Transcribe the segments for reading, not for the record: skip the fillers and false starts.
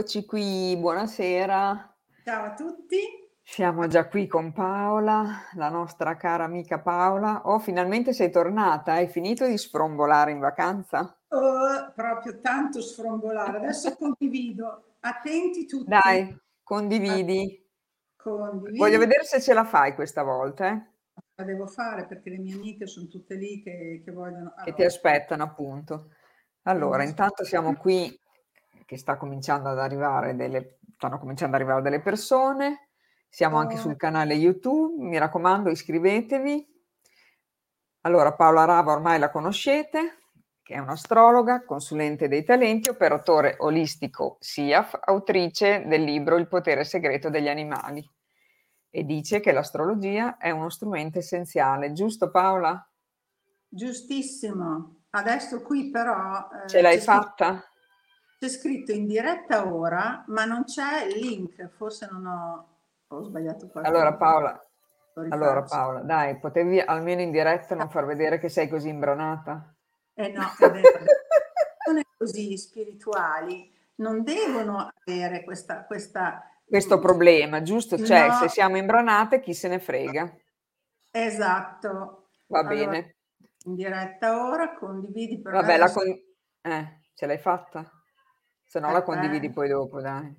Eccoci qui, buonasera. Ciao a tutti. Siamo già qui con Paola, la nostra cara amica Paola. Oh, finalmente sei tornata, hai finito di sfrombolare in vacanza? Oh, proprio tanto sfrombolare. Adesso condivido. Attenti tutti. Dai, A- condividi. Voglio Condividi. vedere se ce la fai questa volta, La devo fare perché le mie amiche sono tutte lì che vogliono. che ti Allora, aspettano appunto. Allora, intanto siamo qui, che stanno cominciando ad arrivare delle persone. Siamo anche oh, sul canale YouTube, mi raccomando, iscrivetevi. Allora, Paola Rava ormai la conoscete, che è un'astrologa, consulente dei talenti, operatore olistico SIAF, autrice del libro Il potere segreto degli animali. E dice che l'astrologia è uno strumento essenziale, giusto Paola? giustissimo. Adesso qui però Ce l'hai fatta? c'è scritto in diretta ora, ma non c'è il link. Forse non ho sbagliato Allora qualcosa. Paola, Lo allora rifaccio. Paola, dai, potevi almeno in diretta non far vedere che sei così imbronata? Eh no, è vero. Persone così spirituali non devono avere questa Questo problema, giusto? Cioè, se no, siamo imbronate, chi se ne frega? esatto. Va Allora, bene. in diretta ora, condividi per me Vabbè, adesso. ce l'hai fatta? Se no la Aspetta, condividi poi dopo, dai.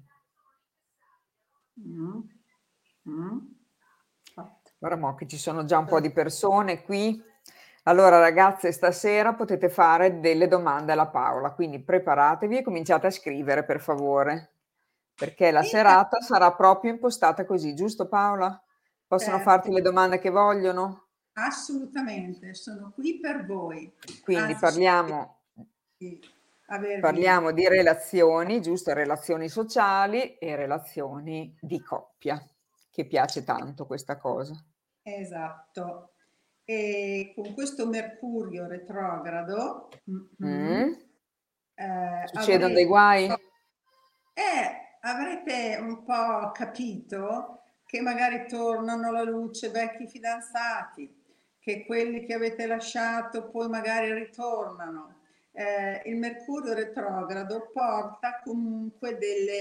Mm, mm, fatto. Ora mo che ci sono già un po' di persone qui. Allora, ragazze, stasera potete fare delle domande alla Paola, quindi preparatevi e cominciate a scrivere, per favore, perché la Sì, serata sarà proprio impostata così, giusto Paola? Possono certo, farti le domande che vogliono? assolutamente, sono qui per voi. Quindi Anzi, sono qui di avervi. parliamo di relazioni, giusto? Relazioni sociali e relazioni di coppia, che piace tanto questa cosa. Esatto. E con questo Mercurio retrogrado, Mm? Succedono dei avrete, guai? avrete un po' capito che magari tornano alla luce vecchi fidanzati, che quelli che avete lasciato poi magari ritornano. Il Mercurio retrogrado porta comunque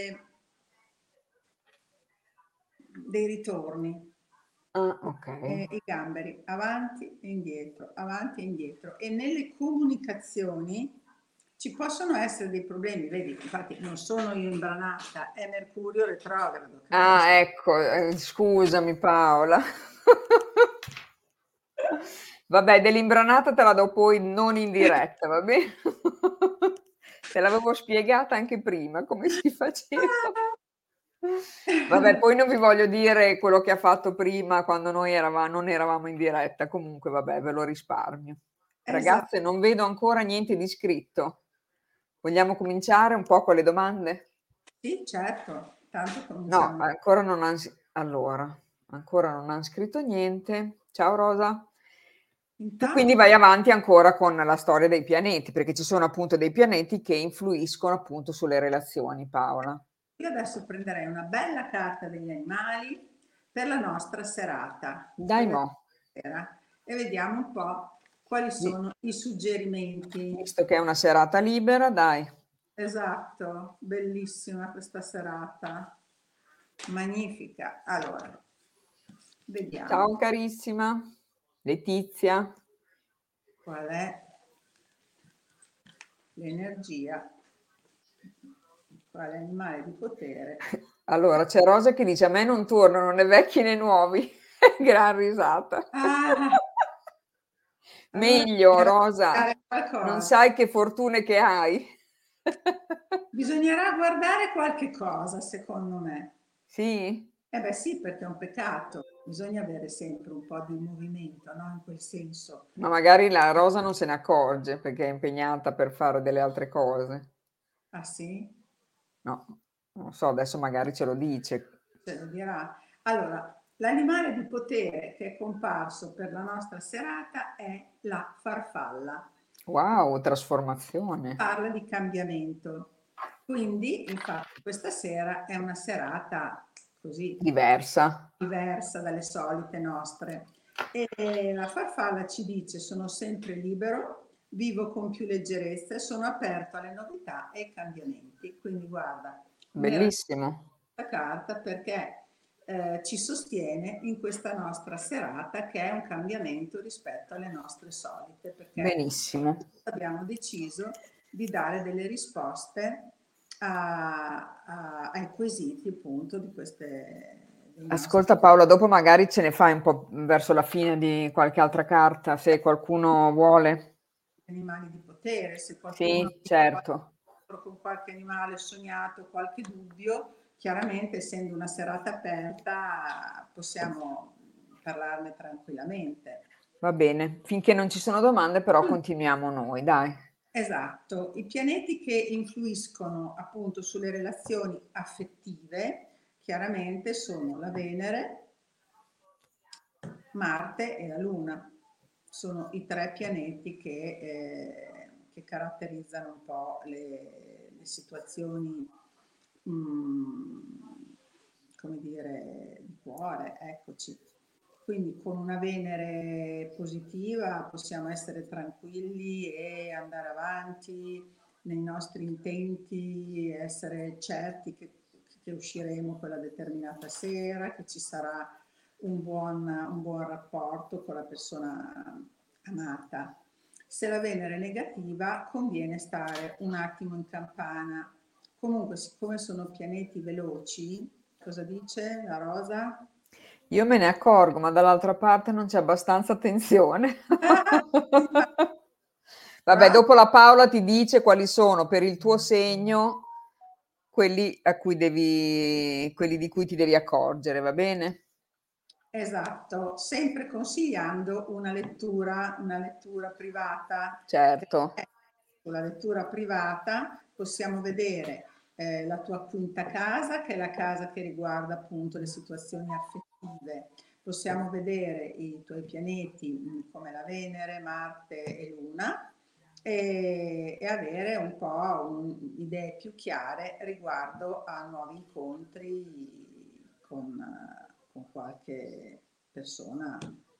dei ritorni. Ah, ok. I gamberi avanti e indietro. E nelle comunicazioni ci possono essere dei problemi, vedi, infatti non sono io imbranata, è Mercurio retrogrado, Ah, capisci? ecco, scusami Paola. Vabbè, dell'imbranata te la do poi non in diretta, va bene? Te l'avevo spiegata anche prima come si faceva. Vabbè, poi non vi voglio dire quello che ha fatto prima quando noi non eravamo in diretta, comunque vabbè, ve lo risparmio. Esatto, Ragazze, non vedo ancora niente di scritto. Vogliamo cominciare un po' con le domande? sì, certo, tanto No, cominciamo. ancora non han scritto niente. Ciao Rosa. Tu quindi Intanto vai avanti ancora con la storia dei pianeti, perché ci sono appunto dei pianeti che influiscono appunto sulle relazioni, Paola. io adesso prenderei una bella carta degli animali per la nostra serata, Dai per mo, sera, e vediamo un po' quali vi- sono i suggerimenti. visto che è una serata libera, dai. Esatto, bellissima questa serata, magnifica. Allora, Ciao vediamo carissima, Letizia. qual è l'energia, quale animale di potere. Allora, c'è Rosa che dice: a me non tornano né vecchi né nuovi. Gran risata. Ah, allora Meglio, bisognerà Rosa, guardare non qualcosa. sai che fortune che hai. Bisognerà guardare qualche cosa, secondo me. Sì? Eh beh sì, perché è un peccato. Bisogna avere sempre un po' di movimento, no? In quel senso. Ma magari la Rosa non se ne accorge perché è impegnata per fare delle altre cose. Ah sì? No, non so, adesso magari ce lo dice. Ce lo dirà. Allora, l'animale di potere che è comparso per la nostra serata è la farfalla. Wow, trasformazione. Parla di cambiamento. Quindi, infatti, questa sera è una serata così Diversa. diversa dalle solite nostre. E la farfalla ci dice: sono sempre libero, vivo con più leggerezza e sono aperto alle novità e ai cambiamenti. Quindi, guarda, Bellissimo. questa carta perché ci sostiene in questa nostra serata che è un cambiamento rispetto alle nostre solite, perché Benissimo. abbiamo deciso di dare delle risposte ai quesiti appunto di queste dei nostri Ascolta Paola, dopo magari ce ne fai un po' verso la fine di qualche altra carta, se qualcuno vuole. animali di potere, se qualcuno Sì, certo. con qualche animale sognato, qualche dubbio, chiaramente essendo una serata aperta possiamo parlarne tranquillamente. Va bene. Finché non ci sono domande, però continuiamo noi, dai. Esatto, i pianeti che influiscono appunto sulle relazioni affettive chiaramente sono la Venere, Marte e la Luna. Sono i tre pianeti che caratterizzano un po' le situazioni, mm, come dire, di cuore, eccoci. Quindi con una Venere positiva possiamo essere tranquilli e andare avanti nei nostri intenti, essere certi che usciremo quella determinata sera, che ci sarà un buon rapporto con la persona amata. Se la Venere è negativa, conviene stare un attimo in campana. Comunque, siccome sono pianeti veloci, cosa dice la Rosa? Io me ne accorgo, ma dall'altra parte non c'è abbastanza attenzione. Vabbè, Però dopo la Paola ti dice quali sono per il tuo segno quelli a cui quelli di cui ti devi accorgere, va bene? esatto, sempre consigliando una lettura privata, Certo. perché con la lettura privata possiamo vedere la tua quinta casa, che è la casa che riguarda appunto le situazioni affettive. Possiamo vedere i tuoi pianeti come la Venere, Marte e Luna e avere un po' idee più chiare riguardo a nuovi incontri con qualche persona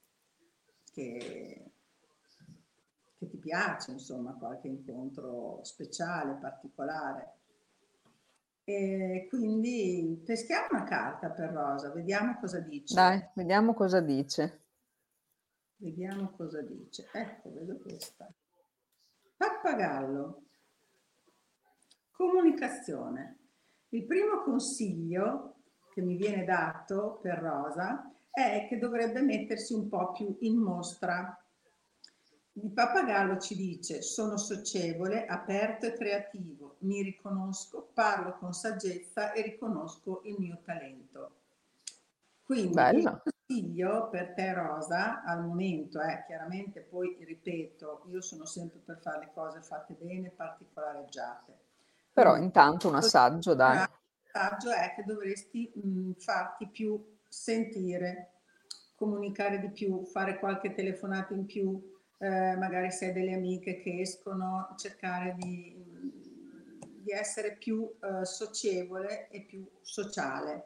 che, che ti piace, insomma, qualche incontro speciale, particolare. E quindi peschiamo una carta per Rosa, vediamo cosa dice. Dai, vediamo cosa dice. Vediamo cosa dice. Ecco, vedo questa. Pappagallo. Comunicazione. Il primo consiglio che mi viene dato per Rosa è che dovrebbe mettersi un po' più in mostra. Il pappagallo ci dice: sono socievole, aperto e creativo, mi riconosco, parlo con saggezza e riconosco il mio talento. Quindi il Bello. consiglio per te, Rosa, al momento è chiaramente, poi ripeto, io sono sempre per fare le cose fatte bene, particolareggiate. Però Quindi intanto un assaggio, dai. il messaggio è che dovresti farti più sentire, comunicare di più, fare qualche telefonata in più, magari se hai delle amiche che escono, cercare di essere più socievole e più sociale.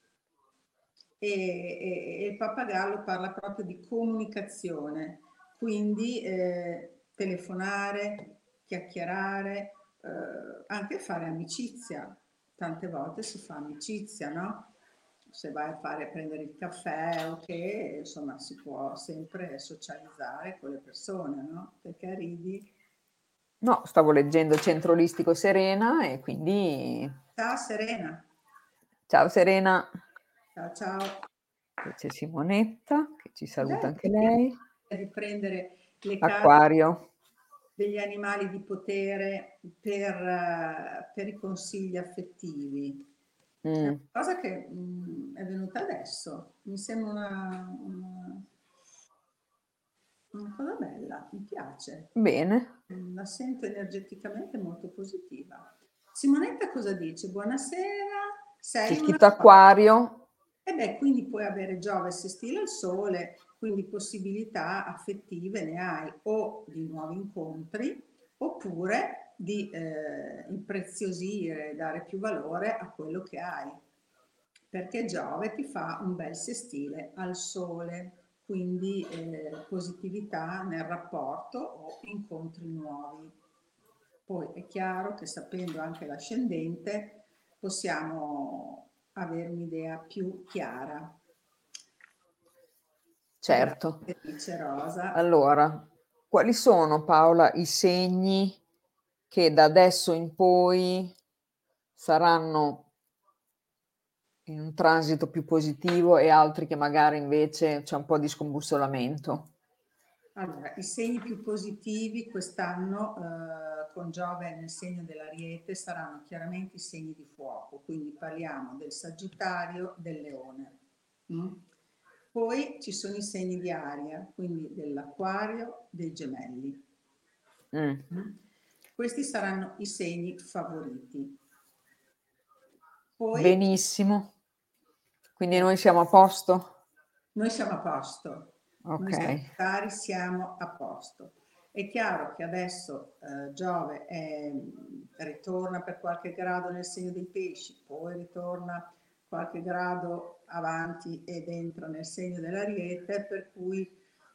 E il pappagallo parla proprio di comunicazione, quindi telefonare, chiacchierare, anche fare amicizia. Tante volte si fa amicizia, no? Se vai a prendere il caffè o che, insomma, si può sempre socializzare con le persone, no? Perché ridi? No, stavo leggendo Centro Olistico Serena e quindi Ciao Serena, ciao Serena. ciao ciao. Poi c'è Simonetta che ci saluta Lei anche lei. di prendere le carte Acquario. degli animali di potere per i consigli affettivi. È una Mm, cosa che è venuta adesso, mi sembra una cosa bella, mi piace. bene. La sento energeticamente molto positiva. Simonetta cosa dice? Buonasera, C'è sei una scritto Acquario. e beh, quindi puoi avere Giove sestile al Sole, quindi possibilità affettive ne hai o di nuovi incontri oppure di impreziosire, dare più valore a quello che hai, perché Giove ti fa un bel sestile al Sole, quindi positività nel rapporto o incontri nuovi. Poi è chiaro che sapendo anche l'ascendente possiamo avere un'idea più chiara. Certo. Grazie, dice Rosa. Allora, quali sono, Paola, i segni che da adesso in poi saranno in un transito più positivo e altri che magari invece c'è un po' di scombussolamento? Allora, i segni più positivi quest'anno con Giove nel segno dell'Ariete saranno chiaramente i segni di fuoco, quindi parliamo del Sagittario, del Leone. Mm? Poi ci sono i segni di aria, quindi dell'Acquario, dei Gemelli. Mm. Questi saranno i segni favoriti. Poi Benissimo. Quindi noi siamo a posto? noi siamo a posto, Ok. noi Sagittari siamo a posto. È chiaro che adesso Giove ritorna per qualche grado nel segno dei pesci, poi ritorna qualche grado avanti ed entra nel segno dell'Ariete, per cui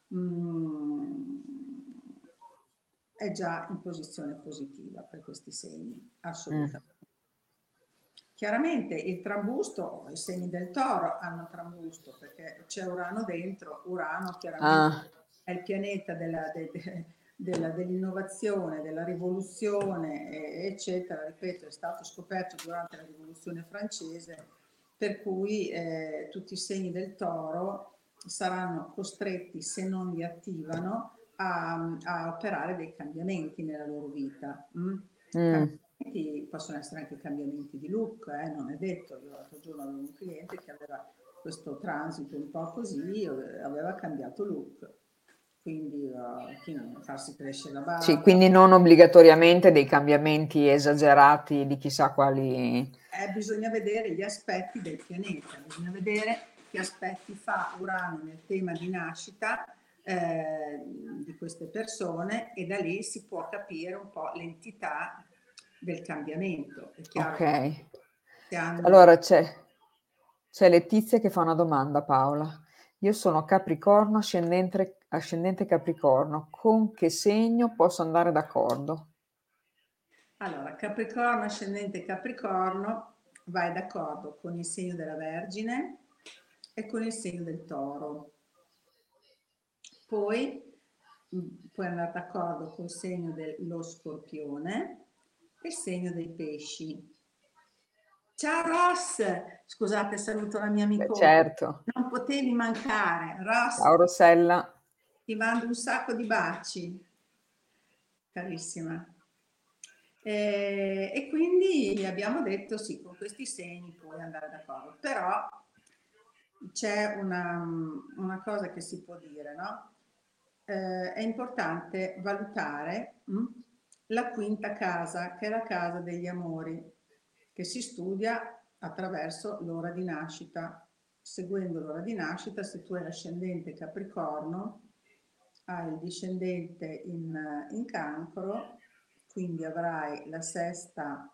è già in posizione positiva per questi segni, assolutamente. Chiaramente il trambusto, i segni del Toro hanno trambusto perché c'è Urano dentro. Urano chiaramente è il pianeta dell'innovazione, della rivoluzione, eccetera. Ripeto, è stato scoperto durante la rivoluzione francese, per cui tutti i segni del Toro saranno costretti, se non li attivano, a operare dei cambiamenti nella loro vita. Possono essere anche cambiamenti di look, non è detto. Io l'altro giorno avevo un cliente che aveva questo transito un po' così, aveva cambiato look, quindi farsi crescere la Sì, barba. quindi non obbligatoriamente dei cambiamenti esagerati di chissà quali. Bisogna vedere gli aspetti del pianeta, bisogna vedere che aspetti fa Urano nel tema di nascita di queste persone, e da lì si può capire un po' l'entità del cambiamento. È chiaro Ok. che hanno... Allora c'è Letizia che fa una domanda, Paola. Io sono Capricorno, ascendente Capricorno. Con che segno posso andare d'accordo? Allora, Capricorno, ascendente Capricorno, vai d'accordo con il segno della Vergine e con il segno del Toro. Poi puoi andare d'accordo col segno dello Scorpione e il segno dei Pesci. Ciao Ross! Scusate, saluto la mia Beh, amica. certo. Non potevi mancare. Ross, Ciao Rossella. ti mando un sacco di baci, carissima. E quindi abbiamo detto sì, con questi segni puoi andare d'accordo, però c'è una cosa che si può dire, no? È importante valutare la quinta casa, che è la casa degli amori, che si studia attraverso l'ora di nascita. Seguendo l'ora di nascita, se tu hai l'ascendente Capricorno, hai il discendente in Cancro, quindi avrai la sesta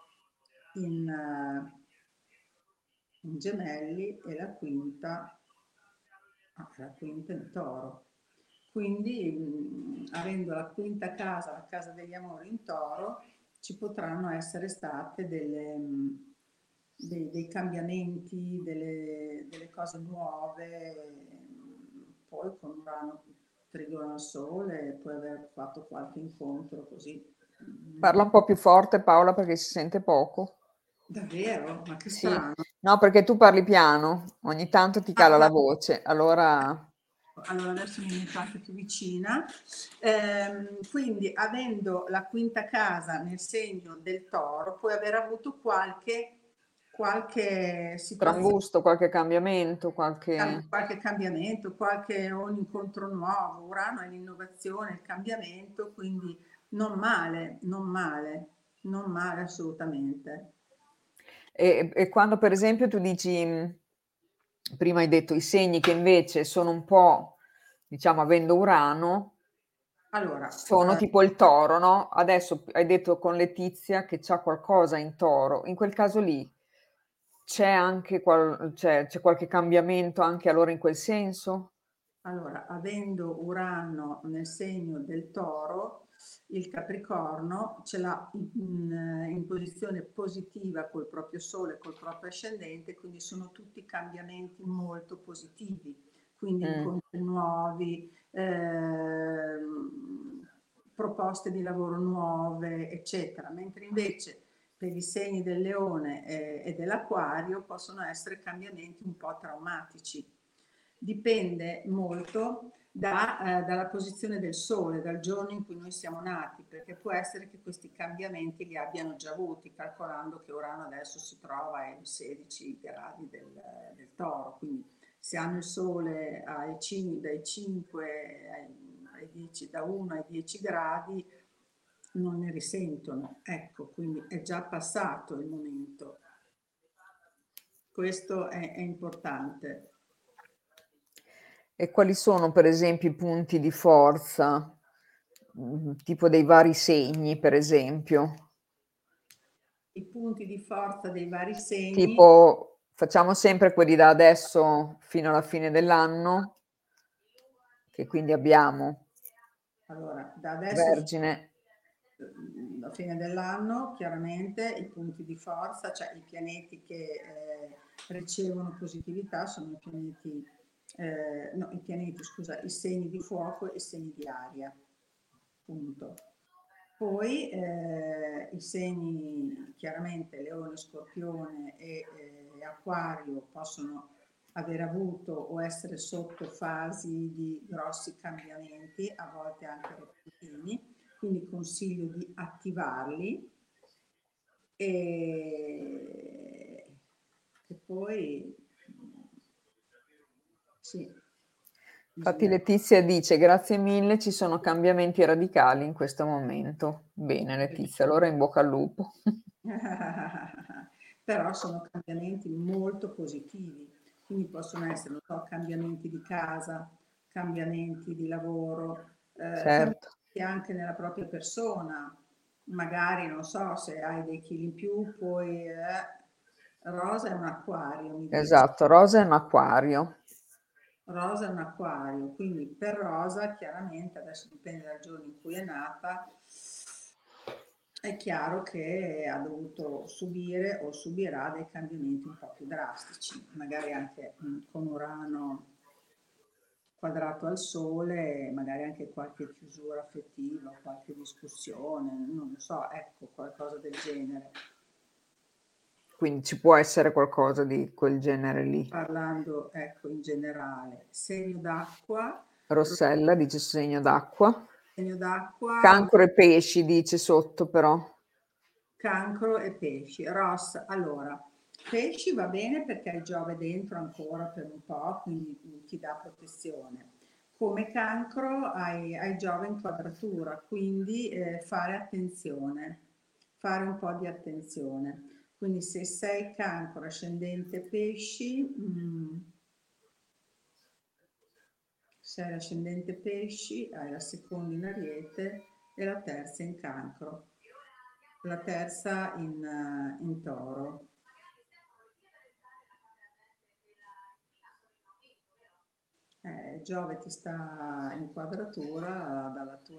in Gemelli e la quinta in Toro. Quindi, avendo la quinta casa, la casa degli amori in Toro, ci potranno essere state dei cambiamenti, delle cose nuove. Poi con Urano trigono al Sole puoi aver fatto qualche incontro così. Parla un po' più forte, Paola, perché si sente poco. Davvero? Ma che Sì, strano. no, perché tu parli piano, ogni tanto ti cala la voce, allora. Allora adesso mi metto anche più vicina. Quindi avendo la quinta casa nel segno del Toro, puoi aver avuto qualche situazione, Trambusto, qualche cambiamento, qualche. qualche cambiamento, un incontro nuovo. Urano è l'innovazione, il cambiamento, quindi non male, non male, non male assolutamente. E quando per esempio tu dici, prima hai detto i segni che invece sono un po', diciamo, avendo Urano, Allora, sono tipo il toro, no? Adesso hai detto con Letizia che c'ha qualcosa in toro, in quel caso lì c'è anche c'è qualche cambiamento anche allora in quel senso? avendo Urano nel segno del Toro, Il Capricorno ce l'ha in posizione positiva col proprio Sole, col proprio ascendente, quindi sono tutti cambiamenti molto positivi, quindi Mm. incontri nuovi, proposte di lavoro nuove, eccetera. Mentre invece per i segni del Leone e dell'Acquario possono essere cambiamenti un po' traumatici. Dipende molto dalla posizione del Sole, dal giorno in cui noi siamo nati, perché può essere che questi cambiamenti li abbiano già avuti, calcolando che Urano adesso si trova ai 16 gradi del Toro, quindi se hanno il Sole dai 5 ai 10, da 1 ai 10 gradi, non ne risentono. Ecco, quindi è già passato il momento. Questo è importante. E quali sono, per esempio, i punti di forza, tipo dei vari segni, per esempio? I punti di forza dei vari segni. Tipo, facciamo sempre quelli da adesso fino alla fine dell'anno, che quindi abbiamo Allora, da adesso Vergine, alla fine dell'anno, chiaramente i punti di forza, cioè i pianeti che ricevono positività sono scusa, i segni di fuoco e i segni di aria, punto. Poi i segni, chiaramente Leone, Scorpione e Acquario possono aver avuto o essere sotto fasi di grossi cambiamenti, a volte anche repentini, quindi consiglio di attivarli e poi sì, infatti bisogna. Letizia dice grazie mille, ci sono cambiamenti radicali in questo momento. Bene Letizia, allora in bocca al lupo. Però sono cambiamenti molto positivi, quindi possono essere, non so, cambiamenti di casa, cambiamenti di lavoro, Certo, cambiamenti anche nella propria persona, magari non so se hai dei chili in più, poi Rosa è un acquario, mi dice. esatto, Rosa è un acquario. Rosa è un acquario, quindi per Rosa chiaramente, adesso dipende dal giorno in cui è nata, è chiaro che ha dovuto subire o subirà dei cambiamenti un po' più drastici, magari anche con Urano quadrato al Sole, magari anche qualche chiusura affettiva, qualche discussione, non lo so, ecco, qualcosa del genere. Quindi ci può essere qualcosa di quel genere lì. Parlando, ecco, in generale, segno d'acqua, Rossella dice segno d'acqua. segno d'acqua. Cancro e pesci dice sotto però. Cancro e pesci. Ross, allora, pesci va bene perché hai Giove dentro ancora per un po', quindi ti dà protezione. Come cancro hai Giove in quadratura, quindi fare attenzione, fare un po' di attenzione. Quindi se sei cancro ascendente pesci, sei ascendente pesci, hai la seconda in Ariete e la terza in cancro, la terza in toro. Giove ti sta in quadratura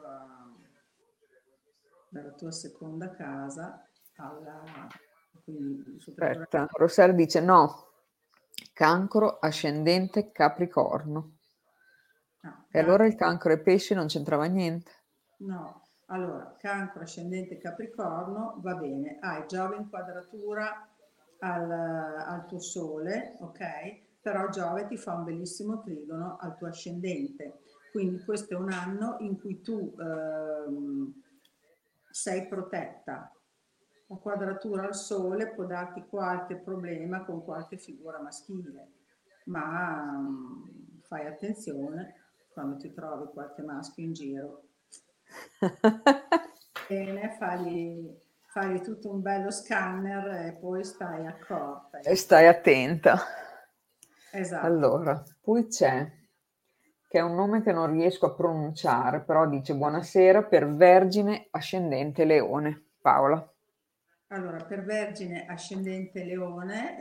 dalla tua seconda casa quindi soprattutto Aspetta, Rossella dice no. Cancro ascendente Capricorno. no, E allora il cancro e pesci non c'entrava niente. no, allora, cancro ascendente Capricorno va bene, hai Giove in quadratura al tuo sole, ok? Però Giove ti fa un bellissimo trigono al tuo ascendente, quindi questo è un anno in cui tu sei protetta. La quadratura al sole può darti qualche problema con qualche figura maschile, ma fai attenzione quando ti trovi qualche maschio in giro. Bene, fagli tutto un bello scanner e poi stai accorta. E stai attenta. Esatto. Allora, poi c'è, che è un nome che non riesco a pronunciare, però dice buonasera per Vergine ascendente Leone. Paola. Allora, per Vergine ascendente Leone,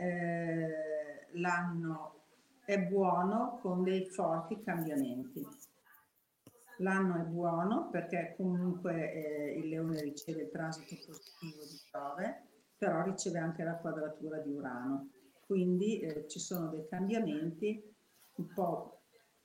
l'anno è buono con dei forti cambiamenti. L'anno è buono perché comunque il Leone riceve il transito positivo di Giove, però riceve anche la quadratura di Urano. Quindi ci sono dei cambiamenti un po'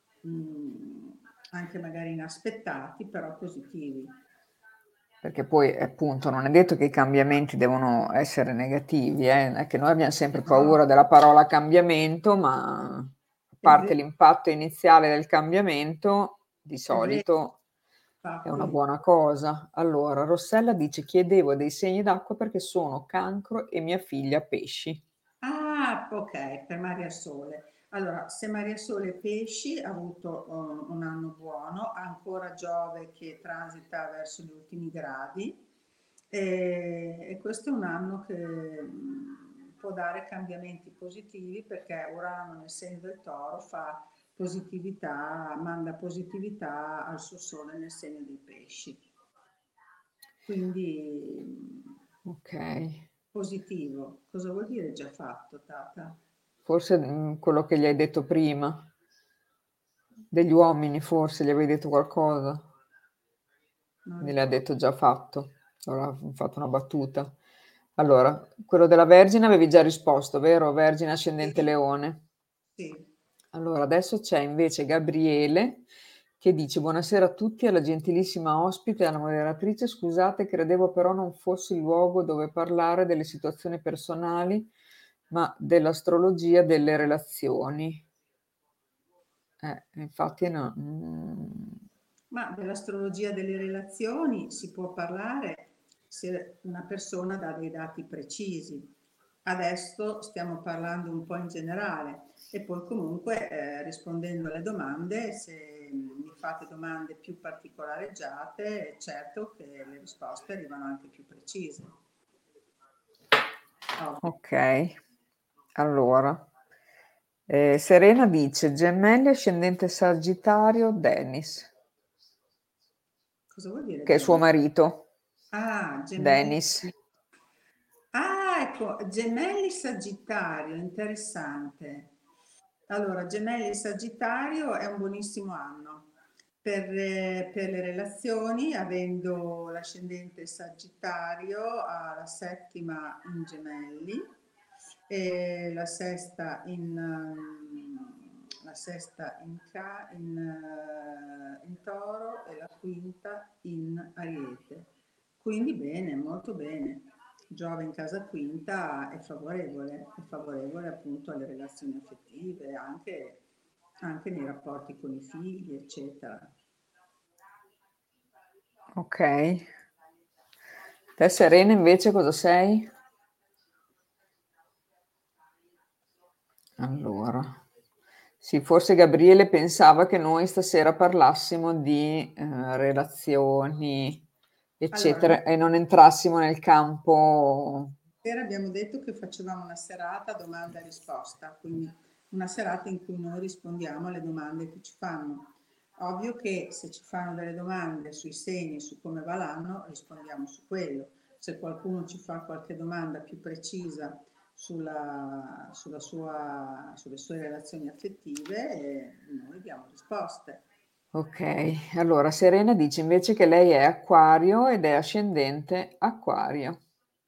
anche magari inaspettati, però positivi. Perché poi appunto non è detto che i cambiamenti devono essere negativi, è che noi abbiamo sempre No, paura della parola cambiamento, ma a è parte vero, l'impatto iniziale del cambiamento, di è vero, solito è una infatti. buona cosa. Allora, Rossella dice: chiedevo dei segni d'acqua perché sono cancro e mia figlia pesci. Ah, ok, per Maria Sole. Allora, se Maria Sole Pesci ha avuto un anno buono, ha ancora Giove che transita verso gli ultimi gradi e questo è un anno che può dare cambiamenti positivi perché Urano nel segno del Toro fa positività, manda positività al suo Sole nel segno dei Pesci. Quindi Ok, positivo. Cosa vuol dire già fatto, Tata? forse quello che gli hai detto prima, degli uomini, forse gli avevi detto qualcosa. Non Me l'ha ricordo. detto già fatto. Allora ho fatto una battuta. Allora, quello della Vergine avevi già risposto, vero? Vergine ascendente Sì, Leone. sì. Allora, adesso c'è invece Gabriele che dice: buonasera a tutti, alla gentilissima ospite e alla moderatrice. Scusate, credevo però non fosse il luogo dove parlare delle situazioni personali, ma dell'astrologia delle relazioni. Infatti no. Ma dell'astrologia delle relazioni si può parlare se una persona dà dei dati precisi. Adesso stiamo parlando un po' in generale e poi comunque rispondendo alle domande, se mi fate domande più particolareggiate, è certo che le risposte arrivano anche più precise. Ovvio. Ok, allora, Serena dice gemelli ascendente Sagittario, Dennis, Cosa vuol dire che è suo Dennis? marito, Ah, gemelli. Dennis. Ah, ecco, Gemelli Sagittario, interessante. Allora, Gemelli Sagittario è un buonissimo anno per le relazioni, avendo l'ascendente Sagittario alla settima in Gemelli e la sesta in Toro e la quinta in Ariete. Quindi bene, molto bene. Giove in casa quinta è favorevole appunto alle relazioni affettive, anche nei rapporti con i figli, eccetera. Ok. Te Serena invece cosa sei? Allora, sì, forse Gabriele pensava che noi stasera parlassimo di relazioni, Allora, noi eccetera, e non entrassimo nel campo. sera abbiamo detto che facevamo una serata domanda e risposta, quindi una serata in cui noi rispondiamo alle domande che ci fanno. Ovvio che se ci fanno delle domande sui segni, su come va l'anno, rispondiamo su quello. Se qualcuno ci fa qualche domanda più precisa sulle sue relazioni affettive, noi diamo risposte. Ok, allora Serena dice invece che lei è Acquario ed è ascendente Acquario.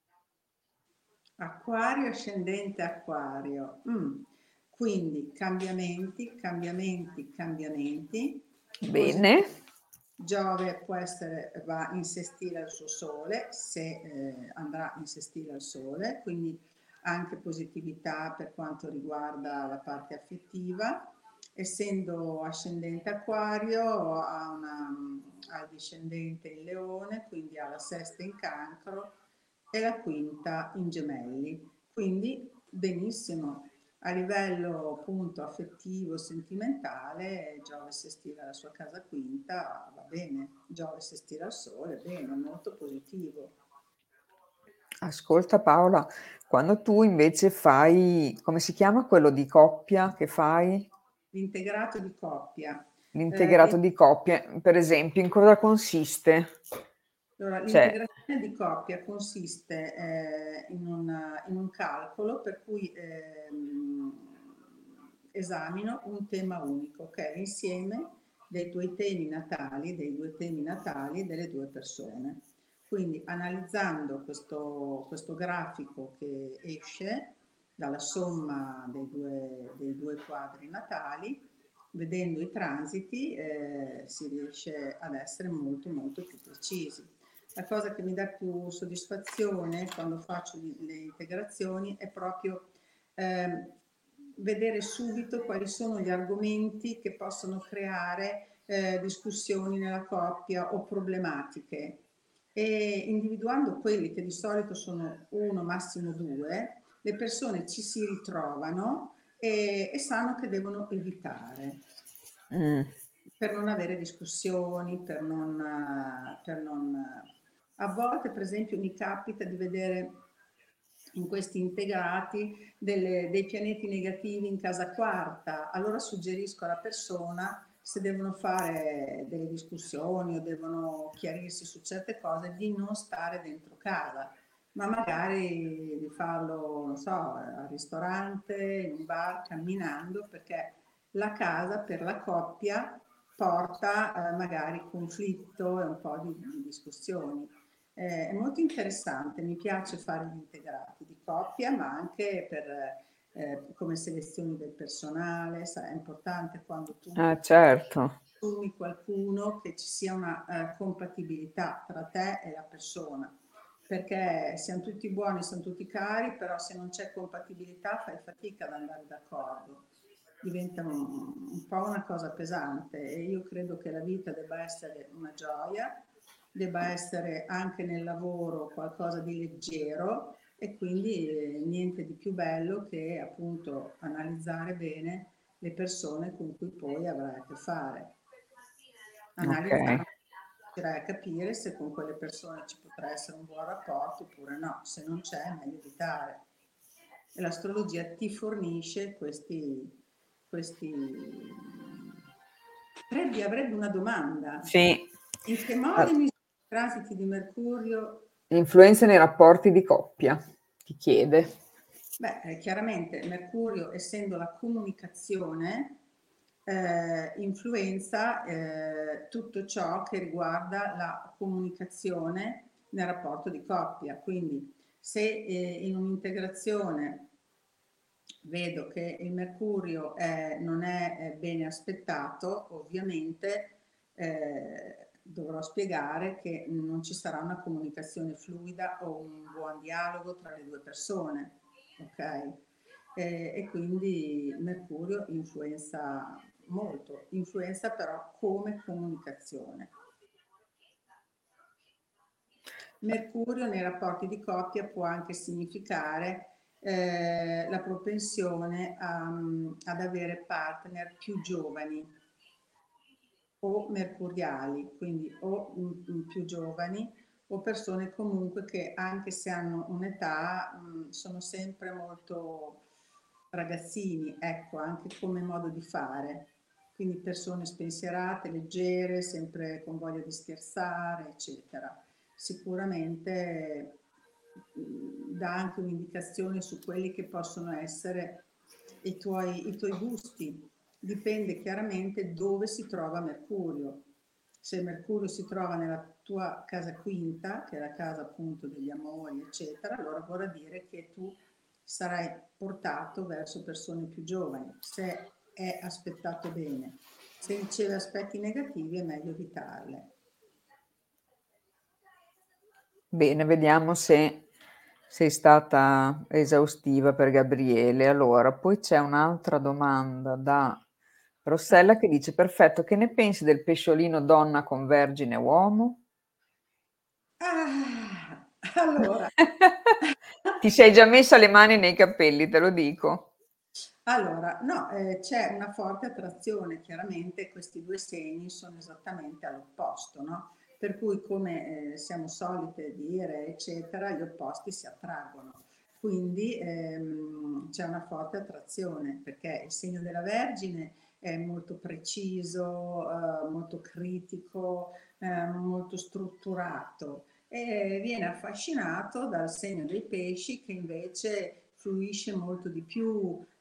Acquario, ascendente Acquario. Quindi cambiamenti, cambiamenti, cambiamenti. Bene, Giove può essere, va in sestile al suo Sole, se andrà in sestile al Sole, quindi anche positività per quanto riguarda la parte affettiva. Essendo ascendente Acquario, ha il discendente in Leone, quindi ha la sesta in Cancro e la quinta in Gemelli. Quindi benissimo, a livello appunto affettivo, sentimentale, Giove sestile la sua casa quinta, va bene, Giove sestile al Sole, bene, molto positivo. ascolta Paola, quando tu invece fai, come si chiama quello di coppia che fai? L'integrato di coppia. L'integrato di coppia, per esempio, in cosa consiste? Allora, Cioè, l'integrazione di coppia consiste in un calcolo per cui esamino un tema unico, ok? Insieme dei tuoi temi natali, dei due temi natali delle due persone. Quindi analizzando questo grafico che esce dalla somma dei due quadri natali, vedendo i transiti, si riesce ad essere molto molto più precisi. La cosa che mi dà più soddisfazione quando faccio le integrazioni è proprio vedere subito quali sono gli argomenti che possono creare discussioni nella coppia o problematiche, e individuando quelli che di solito sono uno, massimo due, le persone ci si ritrovano e sanno che devono evitare per non avere discussioni, per non... A volte, per esempio, mi capita di vedere in questi integrati dei pianeti negativi in casa quarta. Allora suggerisco alla persona, se devono fare delle discussioni o devono chiarirsi su certe cose, di non stare dentro casa, ma magari di farlo, non so, al ristorante, in un bar, camminando, perché la casa per la coppia porta magari conflitto e un po' di discussioni. È molto interessante, mi piace fare gli integrati di coppia, ma anche come selezioni del personale. È importante quando tu certo. assumi qualcuno che ci sia una compatibilità tra te e la persona, perché siamo tutti buoni, siamo tutti cari, però se non c'è compatibilità fai fatica ad andare d'accordo, diventa un po' una cosa pesante, e io credo che la vita debba essere una gioia, debba essere anche nel lavoro qualcosa di leggero, e quindi niente di più bello che appunto analizzare bene le persone con cui poi avrai a che fare. Analizzando, Ok. riuscirai a capire se con quelle persone ci potrà essere un buon rapporto oppure no, se non c'è è meglio evitare. E l'astrologia ti fornisce questi... Avrebbe una domanda. Sì. In che modo i transiti di Mercurio... Influenze nei rapporti di coppia, ti chiede. Beh, chiaramente Mercurio, essendo la comunicazione, influenza tutto ciò che riguarda la comunicazione nel rapporto di coppia. Quindi se in un'integrazione vedo che il Mercurio non è bene aspettato, ovviamente dovrò spiegare che non ci sarà una comunicazione fluida o un buon dialogo tra le due persone, ok? E quindi Mercurio influenza molto, influenza però come comunicazione. Mercurio nei rapporti di coppia può anche significare la propensione ad avere partner più giovani o mercuriali, quindi o più giovani o persone comunque che anche se hanno un'età sono sempre molto ragazzini, ecco, anche come modo di fare. Quindi persone spensierate, leggere, sempre con voglia di scherzare, eccetera. Sicuramente dà anche un'indicazione su quelli che possono essere i tuoi gusti. Dipende chiaramente dove si trova Mercurio. Se Mercurio si trova nella tua casa quinta, che è la casa appunto degli amori, eccetera, allora vorrà dire che tu sarai portato verso persone più giovani, se è aspettato bene. Se riceve aspetti negativi è meglio evitarle. Bene, vediamo se sei stata esaustiva per Gabriele. Allora, poi c'è un'altra domanda da Rossella che dice: perfetto, che ne pensi del pesciolino donna con vergine uomo? Allora, Ti sei già messa le mani nei capelli, te lo dico. allora, no, c'è una forte attrazione, chiaramente questi due segni sono esattamente all'opposto, no? Per cui, come siamo solite dire, eccetera, gli opposti si attraggono. Quindi c'è una forte attrazione, perché il segno della Vergine è molto preciso, molto critico, molto strutturato, e viene affascinato dal segno dei pesci, che invece fluisce molto di più,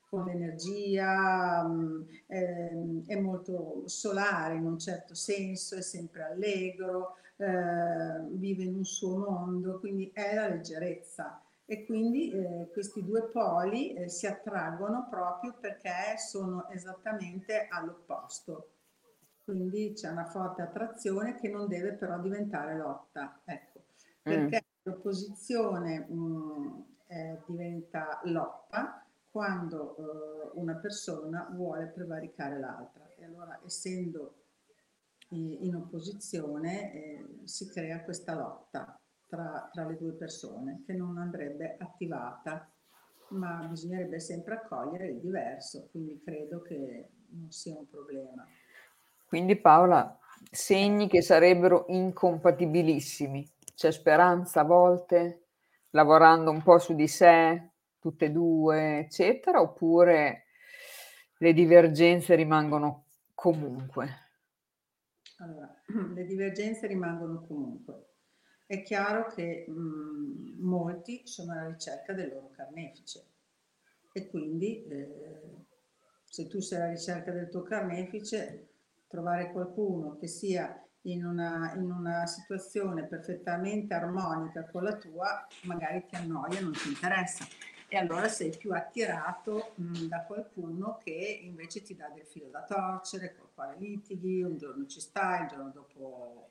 con l'energia, è molto solare in un certo senso, è sempre allegro, vive in un suo mondo, quindi è la leggerezza. E quindi questi due poli si attraggono proprio perché sono esattamente all'opposto. Quindi c'è una forte attrazione che non deve però diventare lotta, ecco, Mm. perché l'opposizione diventa lotta quando una persona vuole prevaricare l'altra. E allora, essendo in opposizione, si crea questa lotta tra le due persone che non andrebbe attivata, ma bisognerebbe sempre accogliere il diverso, quindi credo che non sia un problema. Quindi Paola, segni che sarebbero incompatibilissimi. C'è speranza a volte, lavorando un po' su di sé, tutte e due, eccetera, oppure le divergenze rimangono comunque? Allora, le divergenze rimangono comunque. È chiaro che molti sono alla ricerca del loro carnefice e quindi se tu sei alla ricerca del tuo carnefice, trovare qualcuno che sia in una situazione perfettamente armonica con la tua, magari ti annoia, non ti interessa. E allora sei più attirato da qualcuno che invece ti dà del filo da torcere, col quale litighi, un giorno ci stai, il giorno dopo...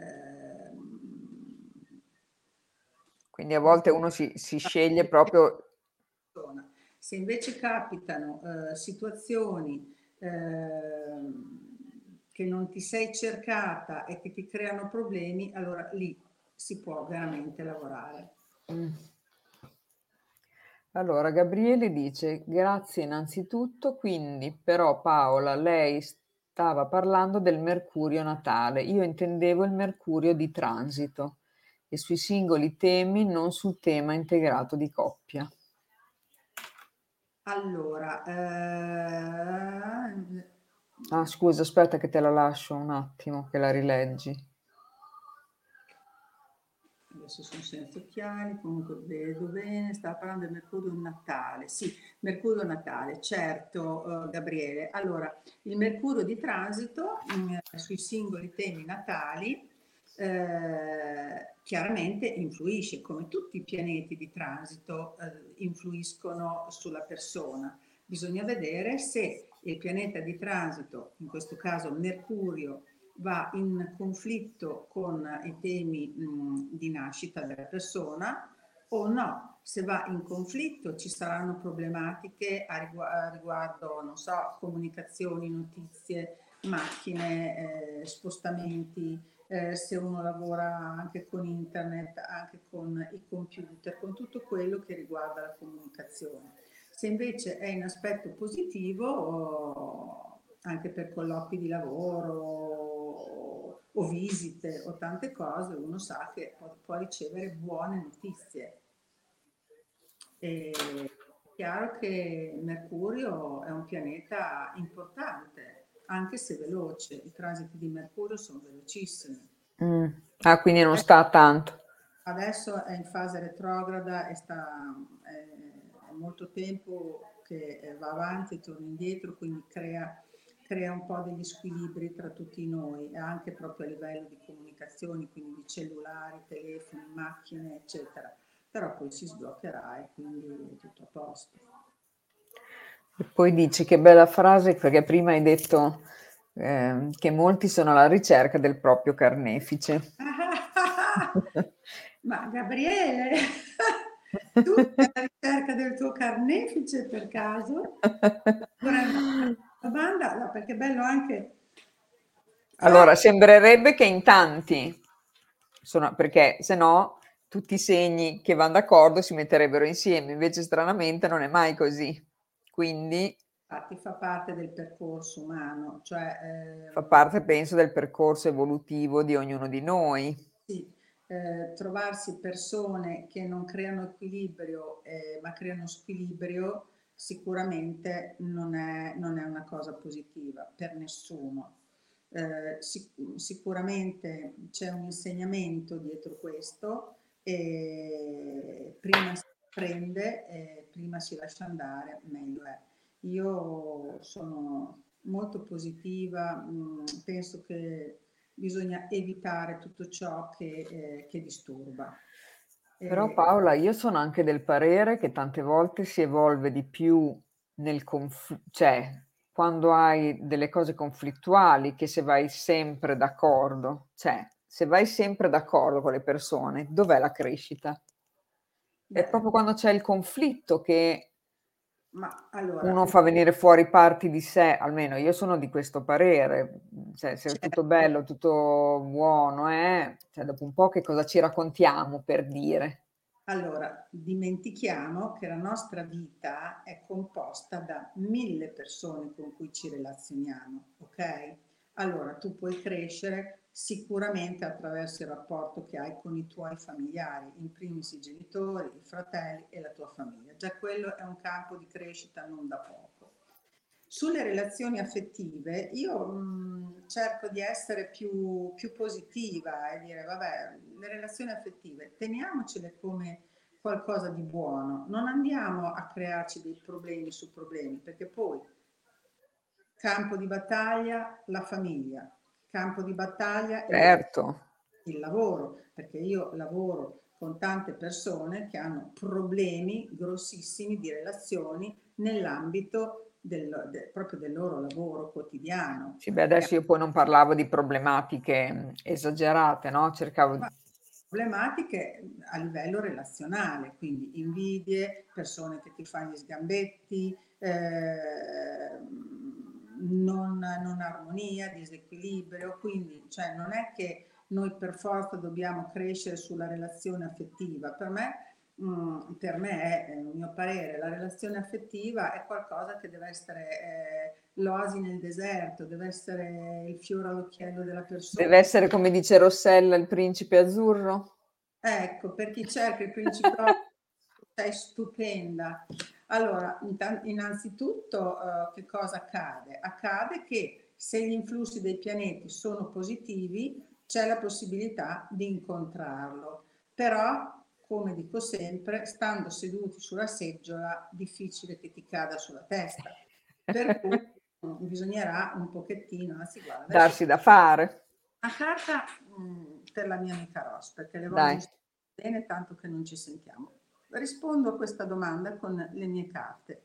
Quindi a volte uno si sceglie proprio... Se invece capitano situazioni che non ti sei cercata e che ti creano problemi, allora lì si può veramente lavorare. Mm. Allora, Gabriele dice, grazie innanzitutto, quindi però Paola, lei stava parlando del Mercurio natale, io intendevo il Mercurio di transito e sui singoli temi, non sul tema integrato di coppia. Allora, Ah, scusa, aspetta che te la lascio un attimo, che la rileggi. adesso sono senza occhiali, comunque vedo bene, stava parlando del Mercurio Natale. Sì, Mercurio Natale, certo, Gabriele. Allora, il Mercurio di transito sui singoli temi natali chiaramente influisce, come tutti i pianeti di transito influiscono sulla persona. Bisogna vedere se il pianeta di transito, in questo caso Mercurio, va in conflitto con i temi di nascita della persona o no. Se va in conflitto ci saranno problematiche a riguardo, non so, comunicazioni, notizie, macchine, spostamenti, se uno lavora anche con internet, anche con i computer, con tutto quello che riguarda la comunicazione. Se invece è in aspetto positivo, anche per colloqui di lavoro o visite o tante cose, uno sa che può ricevere buone notizie. E è chiaro che Mercurio è un pianeta importante, anche se veloce. I transiti di Mercurio sono velocissimi. Mm. Ah, quindi non sta tanto. Adesso è in fase retrograda e è molto tempo che va avanti e torna indietro, quindi crea un po' degli squilibri tra tutti noi e anche proprio a livello di comunicazioni, quindi di cellulari, telefoni, macchine, eccetera. Però poi si sbloccherà e quindi è tutto a posto. E poi dici che bella frase, perché prima hai detto che molti sono alla ricerca del proprio carnefice. Ma Gabriele, tu sei alla ricerca del tuo carnefice per caso? Ora no, domanda, no, perché è bello anche... Allora, sembrerebbe che in tanti sono, perché se no tutti i segni che vanno d'accordo si metterebbero insieme, invece stranamente non è mai così. Quindi Infatti fa parte del percorso umano, cioè fa parte, penso, del percorso evolutivo di ognuno di noi. sì, trovarsi persone che non creano equilibrio, ma creano squilibrio, sicuramente non è una cosa positiva per nessuno. Sicuramente c'è un insegnamento dietro questo e prima si prende, prima si lascia andare, meglio è. io sono molto positiva, penso che bisogna evitare tutto ciò che disturba. Però E, Paola, io sono anche del parere che tante volte si evolve di più nel cioè quando hai delle cose conflittuali che se vai sempre d'accordo, cioè se vai sempre d'accordo con le persone, dov'è la crescita? È beh, proprio quando c'è il conflitto che ma allora, uno fa venire fuori parti di sé, almeno io sono di questo parere, cioè se è tutto certo. bello, tutto buono, cioè dopo un po' che cosa ci raccontiamo per dire? Allora, dimentichiamo che la nostra vita è composta da 1000 persone con cui ci relazioniamo, ok? Allora, tu puoi crescere sicuramente attraverso il rapporto che hai con i tuoi familiari, in primis i genitori, i fratelli e la tua famiglia. Già quello è un campo di crescita non da poco. Sulle relazioni affettive io cerco di essere più positiva e dire, vabbè, le relazioni affettive teniamocele come qualcosa di buono, non andiamo a crearci dei problemi su problemi, perché poi campo di battaglia la famiglia, campo di battaglia Certo. il lavoro, perché io lavoro con tante persone che hanno problemi grossissimi di relazioni nell'ambito proprio del loro lavoro quotidiano. Sì, beh, E adesso io poi non parlavo di problematiche esagerate, no? Cercavo ma problematiche a livello relazionale, quindi invidie, persone che ti fanno gli sgambetti, non armonia, disequilibrio, quindi cioè, non è che noi per forza dobbiamo crescere sulla relazione affettiva. Per me è il mio parere, la relazione affettiva è qualcosa che deve essere l'oasi nel deserto, deve essere il fiore all'occhiello della persona. deve essere, come dice Rossella, il principe azzurro. Ecco, per chi cerca il principio sei stupenda. Allora, innanzitutto, che cosa accade? Accade che se gli influssi dei pianeti sono positivi, c'è la possibilità di incontrarlo. Però, come dico sempre, stando seduti sulla seggiola, difficile che ti cada sulla testa. Per cui bisognerà un pochettino, anzi guarda, adesso Darsi da fare. una carta per la mia amica Ross, perché le voglio Dai. bene tanto che non ci sentiamo. Rispondo a questa domanda con le mie carte.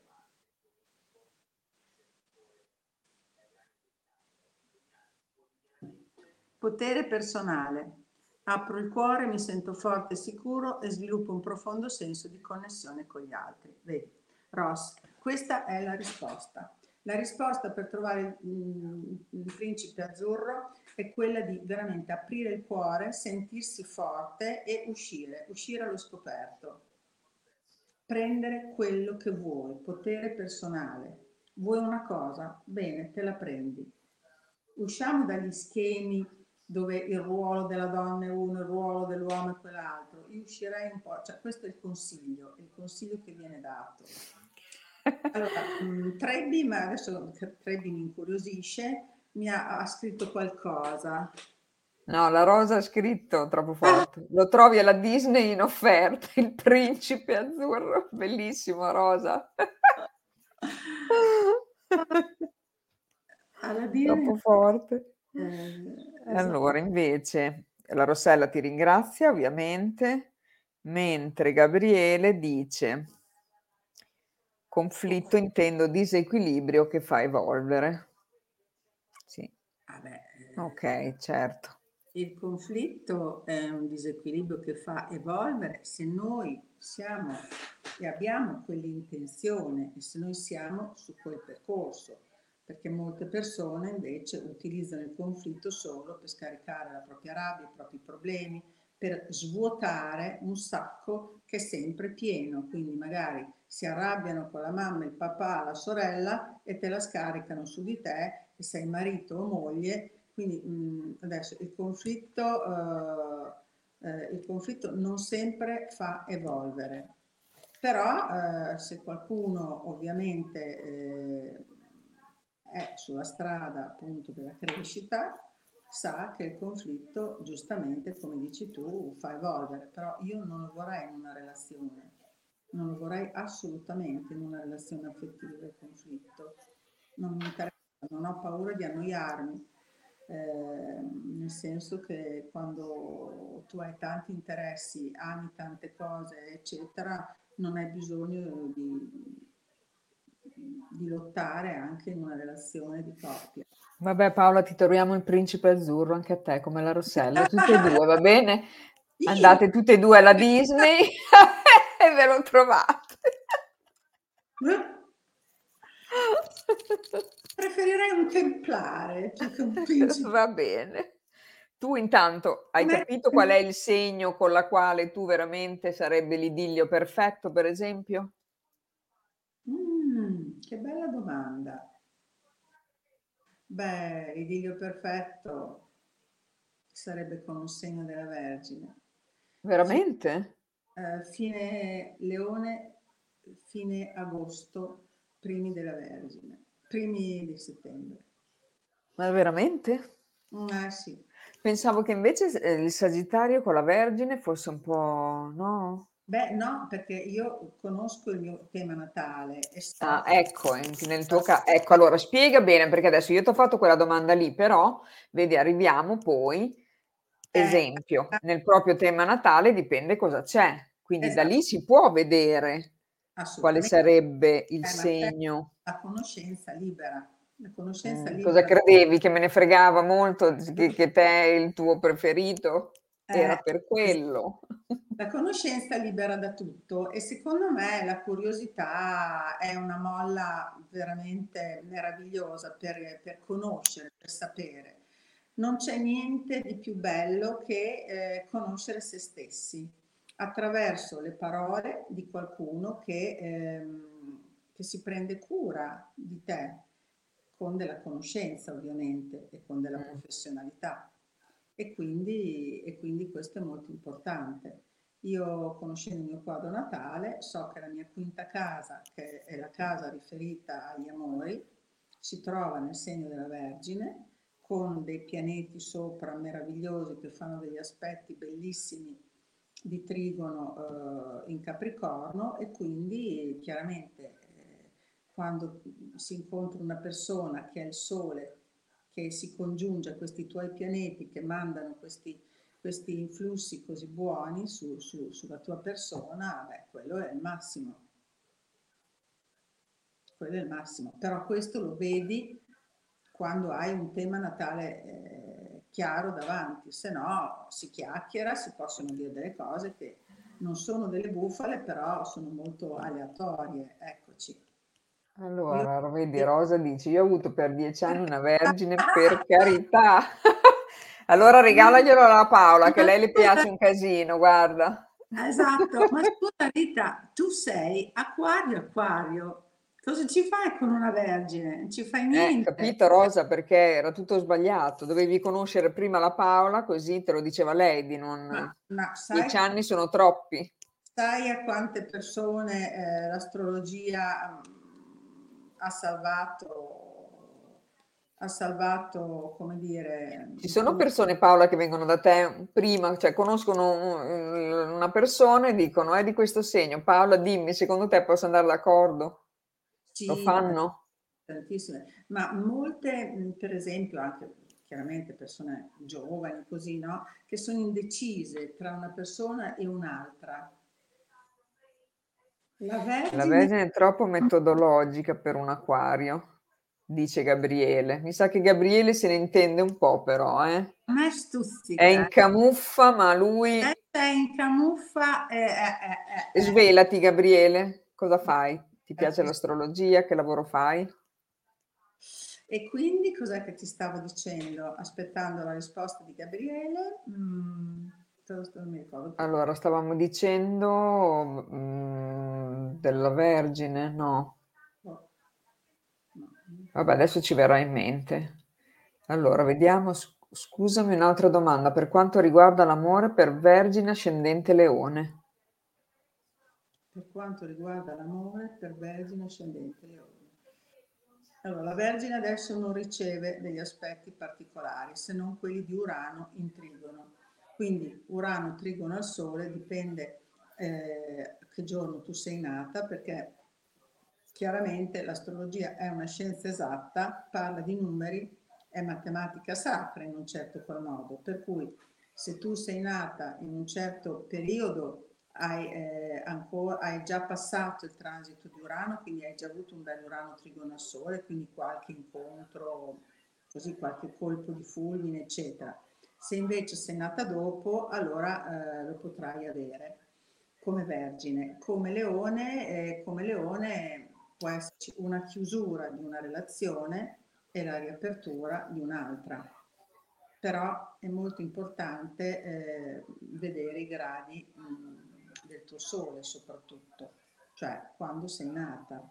Potere personale. Apro il cuore, mi sento forte e sicuro e sviluppo un profondo senso di connessione con gli altri. Vedi, Ross, questa è la risposta. La risposta per trovare il principe azzurro è quella di veramente aprire il cuore, sentirsi forte e uscire allo scoperto. Prendere quello che vuoi, potere personale. Vuoi una cosa? Bene, te la prendi. Usciamo dagli schemi dove il ruolo della donna è uno, il ruolo dell'uomo è quell'altro. Io uscirei un po', cioè questo è il consiglio che viene dato. Allora, Trebbi, ma adesso Trebbi mi incuriosisce, ha scritto qualcosa. No, la Rosa ha scritto troppo forte. Lo trovi alla Disney in offerta, il principe azzurro. Bellissimo, Rosa. Alla dire, Troppo forte. esatto. Allora, invece, la Rossella ti ringrazia, ovviamente, mentre Gabriele dice conflitto intendo disequilibrio che fa evolvere. Sì, Vabbè, ok, certo. il conflitto è un disequilibrio che fa evolvere se noi siamo e abbiamo quell'intenzione e se noi siamo su quel percorso, perché molte persone invece utilizzano il conflitto solo per scaricare la propria rabbia, i propri problemi, per svuotare un sacco che è sempre pieno, quindi magari si arrabbiano con la mamma, il papà, la sorella e te la scaricano su di te e sei marito o moglie. Quindi adesso il conflitto non sempre fa evolvere, però se qualcuno ovviamente è sulla strada appunto della crescita, sa che il conflitto, giustamente come dici tu, fa evolvere, però io non lo vorrei in una relazione. non lo vorrei assolutamente in una relazione affettiva e conflitto. Non mi interessa, non ho paura di annoiarmi, nel senso che quando tu hai tanti interessi, ami tante cose, eccetera, non hai bisogno di lottare anche in una relazione di coppia. Vabbè Paola, ti troviamo il principe azzurro anche a te, come la Rossella, tutte e due, va bene? Io Andate tutte e due alla Disney e ve lo trovate. preferirei un templare più che un principe. Va bene. Tu intanto hai Come- capito qual è il segno con la quale tu veramente sarebbe l'idillio perfetto, per esempio? Che bella domanda. Beh, l'idillio perfetto sarebbe con un segno della Vergine. Fi- Veramente? fine Leone, fine agosto, primi della Vergine, primi di settembre. Ma veramente? Sì. Pensavo che invece il Sagittario con la Vergine fosse un po', no? Beh, no, perché io conosco il mio tema natale e Ah, so ecco, nel tuo caso, ecco, allora spiega bene perché adesso io ti ho fatto quella domanda lì, però vedi, arriviamo poi, eh, esempio, nel proprio tema natale dipende cosa c'è, quindi da esatto, lì si può vedere quale assolutamente. sarebbe il Ma c'è segno. la conoscenza libera, la conoscenza Cosa libera. credevi? Che me ne fregava molto che te il tuo preferito? Era Eh, per quello. La conoscenza libera da tutto e secondo me la curiosità è una molla veramente meravigliosa per conoscere, per sapere. Non c'è niente di più bello che conoscere se stessi attraverso le parole di qualcuno che si prende cura di te, con della conoscenza ovviamente e con della Mm. professionalità. E quindi questo è molto importante. Io, conoscendo il mio quadro natale, so che la mia quinta casa, che è la casa riferita agli amori, si trova nel segno della Vergine, con dei pianeti sopra meravigliosi che fanno degli aspetti bellissimi di trigono in Capricorno e quindi chiaramente quando si incontra una persona che ha il Sole che si congiunge a questi tuoi pianeti che mandano questi influssi così buoni sulla tua persona, beh, quello è il massimo. Quello è il massimo. Però questo lo vedi quando hai un tema natale chiaro davanti, se no si chiacchiera, si possono dire delle cose che non sono delle bufale, però sono molto aleatorie. Eccoci. Io... Allora, vedi, Rosa dice, io ho avuto per 10 anni una vergine, per carità. Allora regalaglielo alla Paola, che a lei le piace un casino, guarda. Esatto, ma scusa Rita, tu sei acquario, acquario, cosa ci fai con una vergine? Non ci fai niente. Capito Rosa, perché era tutto sbagliato. Dovevi conoscere prima la Paola, così te lo diceva lei di Ma, non... ma 10 anni sono troppi. sai a quante persone l'astrologia ha salvato, come dire, Ci sono persone, Paola, che vengono da te prima, cioè conoscono una persona e dicono è di questo segno. Paola, dimmi, secondo te posso andare d'accordo? Lo sì, fanno? tantissime, ma molte, per esempio, anche chiaramente persone giovani, così, no? Che sono indecise tra una persona e un'altra. La La Vergine Vergine è troppo metodologica per un acquario, dice Gabriele. Mi sa che Gabriele se ne intende un po' però, eh? a me È stuzzica. in camuffa, ma lui... È in camuffa Svelati, Gabriele, cosa fai? Ti piace eh. l'astrologia? Che lavoro fai? E quindi cos'è che ti stavo dicendo? Aspettando la risposta di Gabriele, non mi ricordo più. Allora, stavamo dicendo della Vergine, no. Oh, no, Vabbè, adesso ci verrà in mente. no. Allora, vediamo, scusami, un'altra domanda. Per quanto riguarda l'amore per Vergine ascendente Leone. Per quanto riguarda l'amore per Vergine ascendente Leone. Allora, la Vergine adesso non riceve degli aspetti particolari, se non quelli di Urano in Trigono. Quindi Urano Trigono al Sole dipende che giorno tu sei nata, perché chiaramente l'astrologia è una scienza esatta, parla di numeri, è matematica sacra in un certo qual modo, per cui se tu sei nata in un certo periodo hai già passato il transito di Urano, quindi hai già avuto un bel Urano trigono al Sole, quindi qualche incontro, così qualche colpo di fulmine, eccetera. Se invece sei nata dopo, allora lo potrai avere come Vergine. Come Leone può esserci una chiusura di una relazione e la riapertura di un'altra. Però è molto importante vedere i gradi del tuo sole soprattutto, cioè quando sei nata.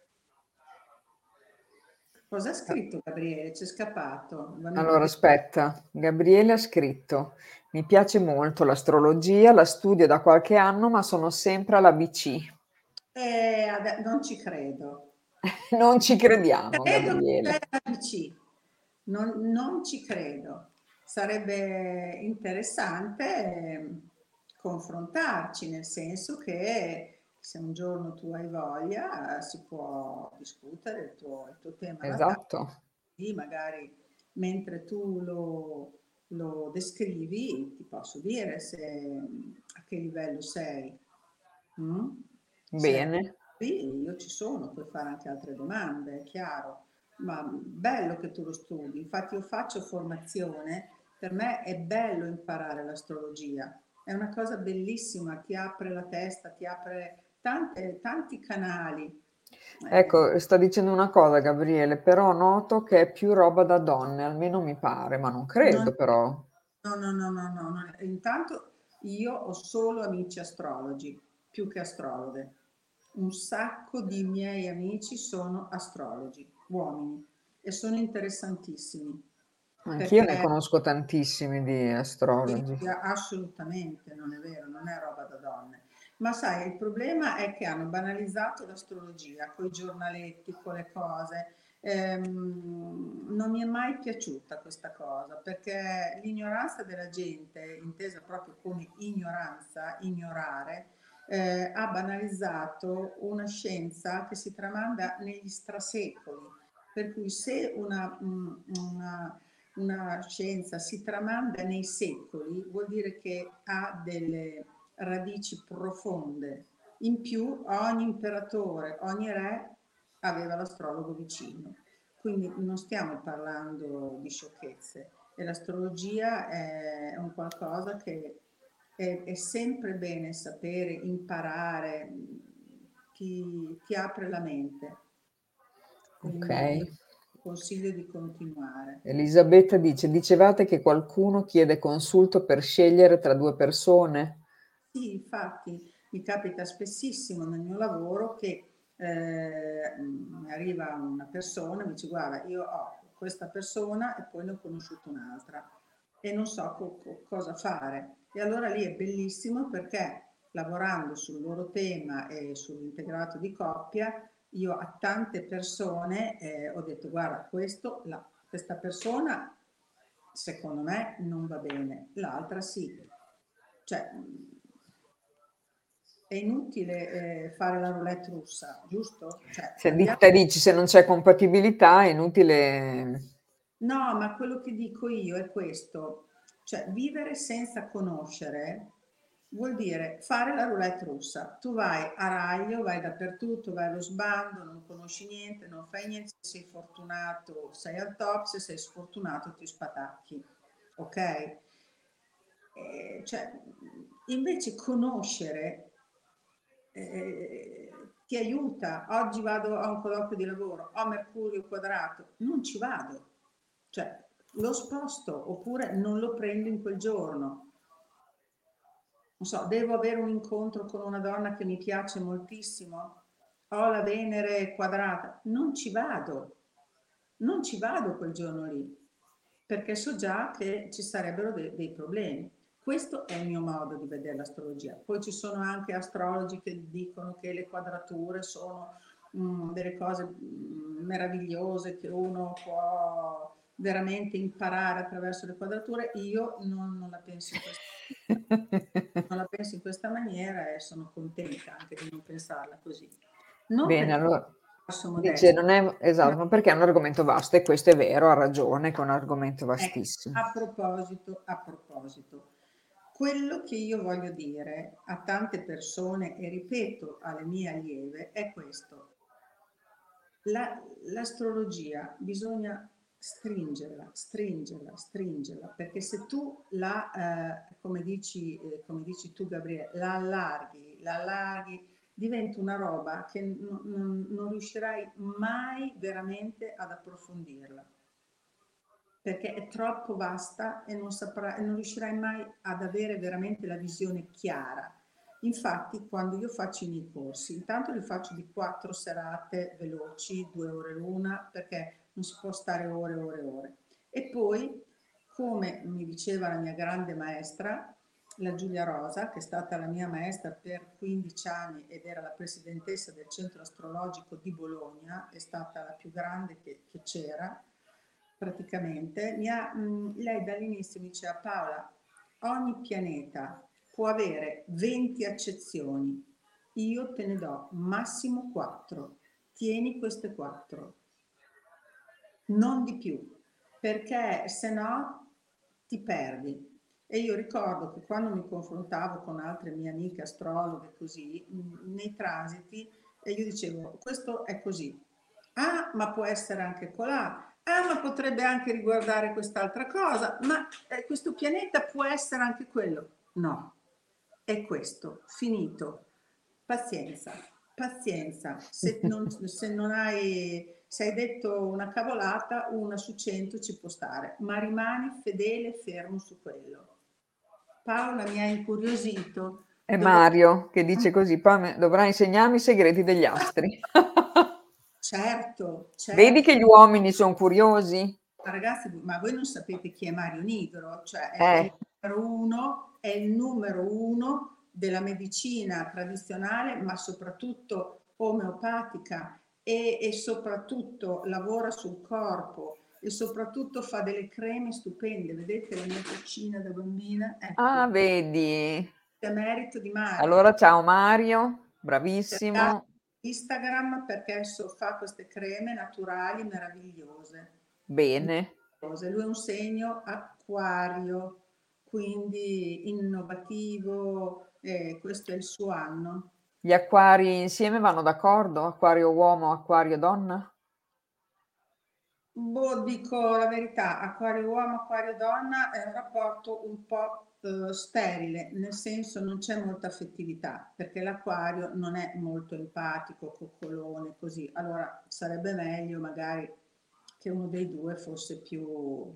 Cosa ha scritto Gabriele? C'è scappato. Allora, aspetta, Gabriele ha scritto: mi piace molto l'astrologia, la studio da qualche anno, ma sono sempre alla BC. Non ci credo. Non ci crediamo, Credo che sei Gabriele. ABC. Non ci credo. Sarebbe interessante confrontarci, nel senso che se un giorno tu hai voglia, si può discutere il tuo tema natale, Esatto. sì, magari mentre tu lo descrivi, ti posso dire a che livello sei. Mm? Se Bene. sì, io ci sono, puoi fare anche altre domande, è chiaro, ma bello che tu lo studi. Infatti io faccio formazione, per me è bello imparare l'astrologia, è una cosa bellissima, ti apre la testa, ti apre tanti canali. Ecco, sta dicendo una cosa, Gabriele, però noto che è più roba da donne, almeno mi pare, ma non Non- credo però. no, no, no, no, no, no. Intanto io ho solo amici astrologi, più che astrologhe. Un sacco di miei amici sono astrologi, uomini, e sono interessantissimi, Anch'io ne perché conosco tantissimi di sì, astrologi. sì, assolutamente, non è vero, non è roba da donne. Ma sai, il problema è che hanno banalizzato l'astrologia con i giornaletti, con le cose. Non mi è mai piaciuta questa cosa perché l'ignoranza della gente, intesa proprio come ignoranza, ignorare, ha banalizzato una scienza che si tramanda negli strasecoli. Per cui se una scienza si tramanda nei secoli, vuol dire che ha delle radici profonde. In più, ogni imperatore, ogni re aveva l'astrologo vicino. Quindi non stiamo parlando di sciocchezze e l'astrologia è un qualcosa che è sempre bene sapere, imparare, ti apre la mente. Ok. Quindi consiglio di continuare. Elisabetta dice, dicevate che qualcuno chiede consulto per scegliere tra due persone? Sì, infatti mi capita spessissimo nel mio lavoro che mi arriva una persona e mi dice guarda, io ho questa persona e poi ne ho conosciuto un'altra e non so cosa fare. E allora lì è bellissimo perché lavorando sul loro tema e sull'integrato di coppia, io a tante persone ho detto guarda, questa persona secondo me non va bene, l'altra sì. Cioè, è inutile fare la roulette russa, giusto? Cioè, Se te dici se non c'è compatibilità è inutile. no, ma quello che dico io è questo, cioè vivere senza conoscere vuol dire fare la roulette russa. Tu vai a raglio, vai dappertutto, vai allo sbando, non conosci niente, non fai niente, se sei fortunato sei al top, se sei sfortunato ti spatacchi, ok? Cioè, invece conoscere ti aiuta. Oggi vado a un colloquio di lavoro, ho Mercurio quadrato, non ci vado, cioè lo sposto oppure non lo prendo in quel giorno. Non so, devo avere un incontro con una donna che mi piace moltissimo, ho la Venere quadrata, non ci vado, non ci vado quel giorno lì, perché so già che ci sarebbero dei problemi. Questo è il mio modo di vedere l'astrologia. Poi ci sono anche astrologi che dicono che le quadrature sono delle cose meravigliose che uno può veramente imparare attraverso le quadrature, io non la penso in questa non la penso in questa maniera e sono contenta anche di non pensarla così. Non Bene, perché allora sono dice modesta, non è esatto, ma perché è un argomento vasto e questo è vero, ha ragione, che è un argomento vastissimo. a proposito, quello che io voglio dire a tante persone e ripeto alle mie allieve è questo. L'astrologia bisogna stringerla, perché se tu come dici tu Gabriele, la allarghi, diventa una roba che non riuscirai mai veramente ad approfondirla perché è troppo vasta e non riuscirai mai ad avere veramente la visione chiara. Infatti, quando io faccio i miei corsi, intanto li faccio di 4 serate veloci, 2 ore l'una, perché non si può stare ore e ore e ore. E poi, come mi diceva la mia grande maestra, la Giulia Rosa, che è stata la mia maestra per 15 anni ed era la presidentessa del centro astrologico di Bologna, è stata la più grande che c'era, praticamente, lei dall'inizio mi diceva Paola, ogni pianeta può avere 20 accezioni, io te ne do massimo 4, tieni queste 4, non di più, perché se no ti perdi. E io ricordo che quando mi confrontavo con altre mie amiche astrologhe così, nei transiti, e io dicevo, questo è così. Ah, ma può essere anche colà. Ah, ma potrebbe anche riguardare quest'altra cosa. Ma questo pianeta può essere anche quello. No, è questo, finito. Pazienza, pazienza. Se hai detto una cavolata, una su 100 ci può stare, ma rimani fedele e fermo su quello. Paola mi ha incuriosito. È Mario che dice così, poi dovrà insegnarmi i segreti degli astri. Certo, Vedi certo. che gli uomini sono curiosi? Ma ragazzi, ma voi non sapete chi è Mario Nigro? Cioè Eh, è il numero uno della medicina tradizionale, ma soprattutto omeopatica e soprattutto lavora sul corpo e soprattutto fa delle creme stupende. Vedete la mia cucina da bambina? Ecco, vedi. è merito di Mario. Allora, ciao Mario, Cercate bravissimo. Instagram perché fa queste creme naturali meravigliose. Bene. Lui è un segno acquario, quindi innovativo, questo è il suo anno. Gli acquari insieme vanno d'accordo? Acquario uomo, acquario donna? Boh, dico la verità, acquario uomo, acquario donna è un rapporto un po' sterile, nel senso non c'è molta affettività, perché l'acquario non è molto empatico, coccolone, così. Allora sarebbe meglio magari che uno dei due fosse più...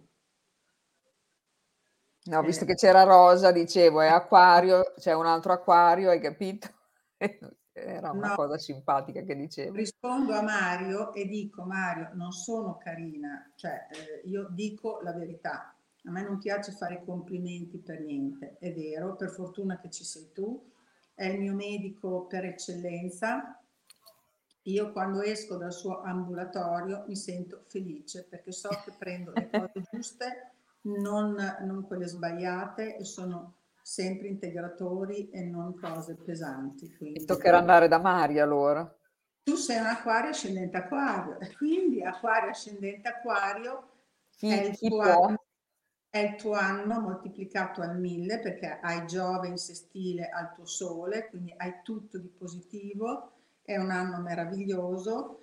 No, eh, visto che c'era Rosa, dicevo, è acquario, c'è un altro acquario, hai capito? Era una no, cosa simpatica che dicevo. rispondo a Mario e dico Mario, non sono carina, cioè io dico la verità. A me non piace fare complimenti per niente, è vero, per fortuna che ci sei tu, è il mio medico per eccellenza. Io quando esco dal suo ambulatorio mi sento felice perché so che prendo le cose giuste, non quelle sbagliate e sono sempre integratori e non cose pesanti. Mi Quindi toccherà andare da Mario allora. tu sei un acquario ascendente acquario e quindi acquario ascendente acquario è il Chi tuo può? anno, è il tuo anno moltiplicato al 1000 perché hai Giove in sestile al tuo sole, quindi hai tutto di positivo, è un anno meraviglioso.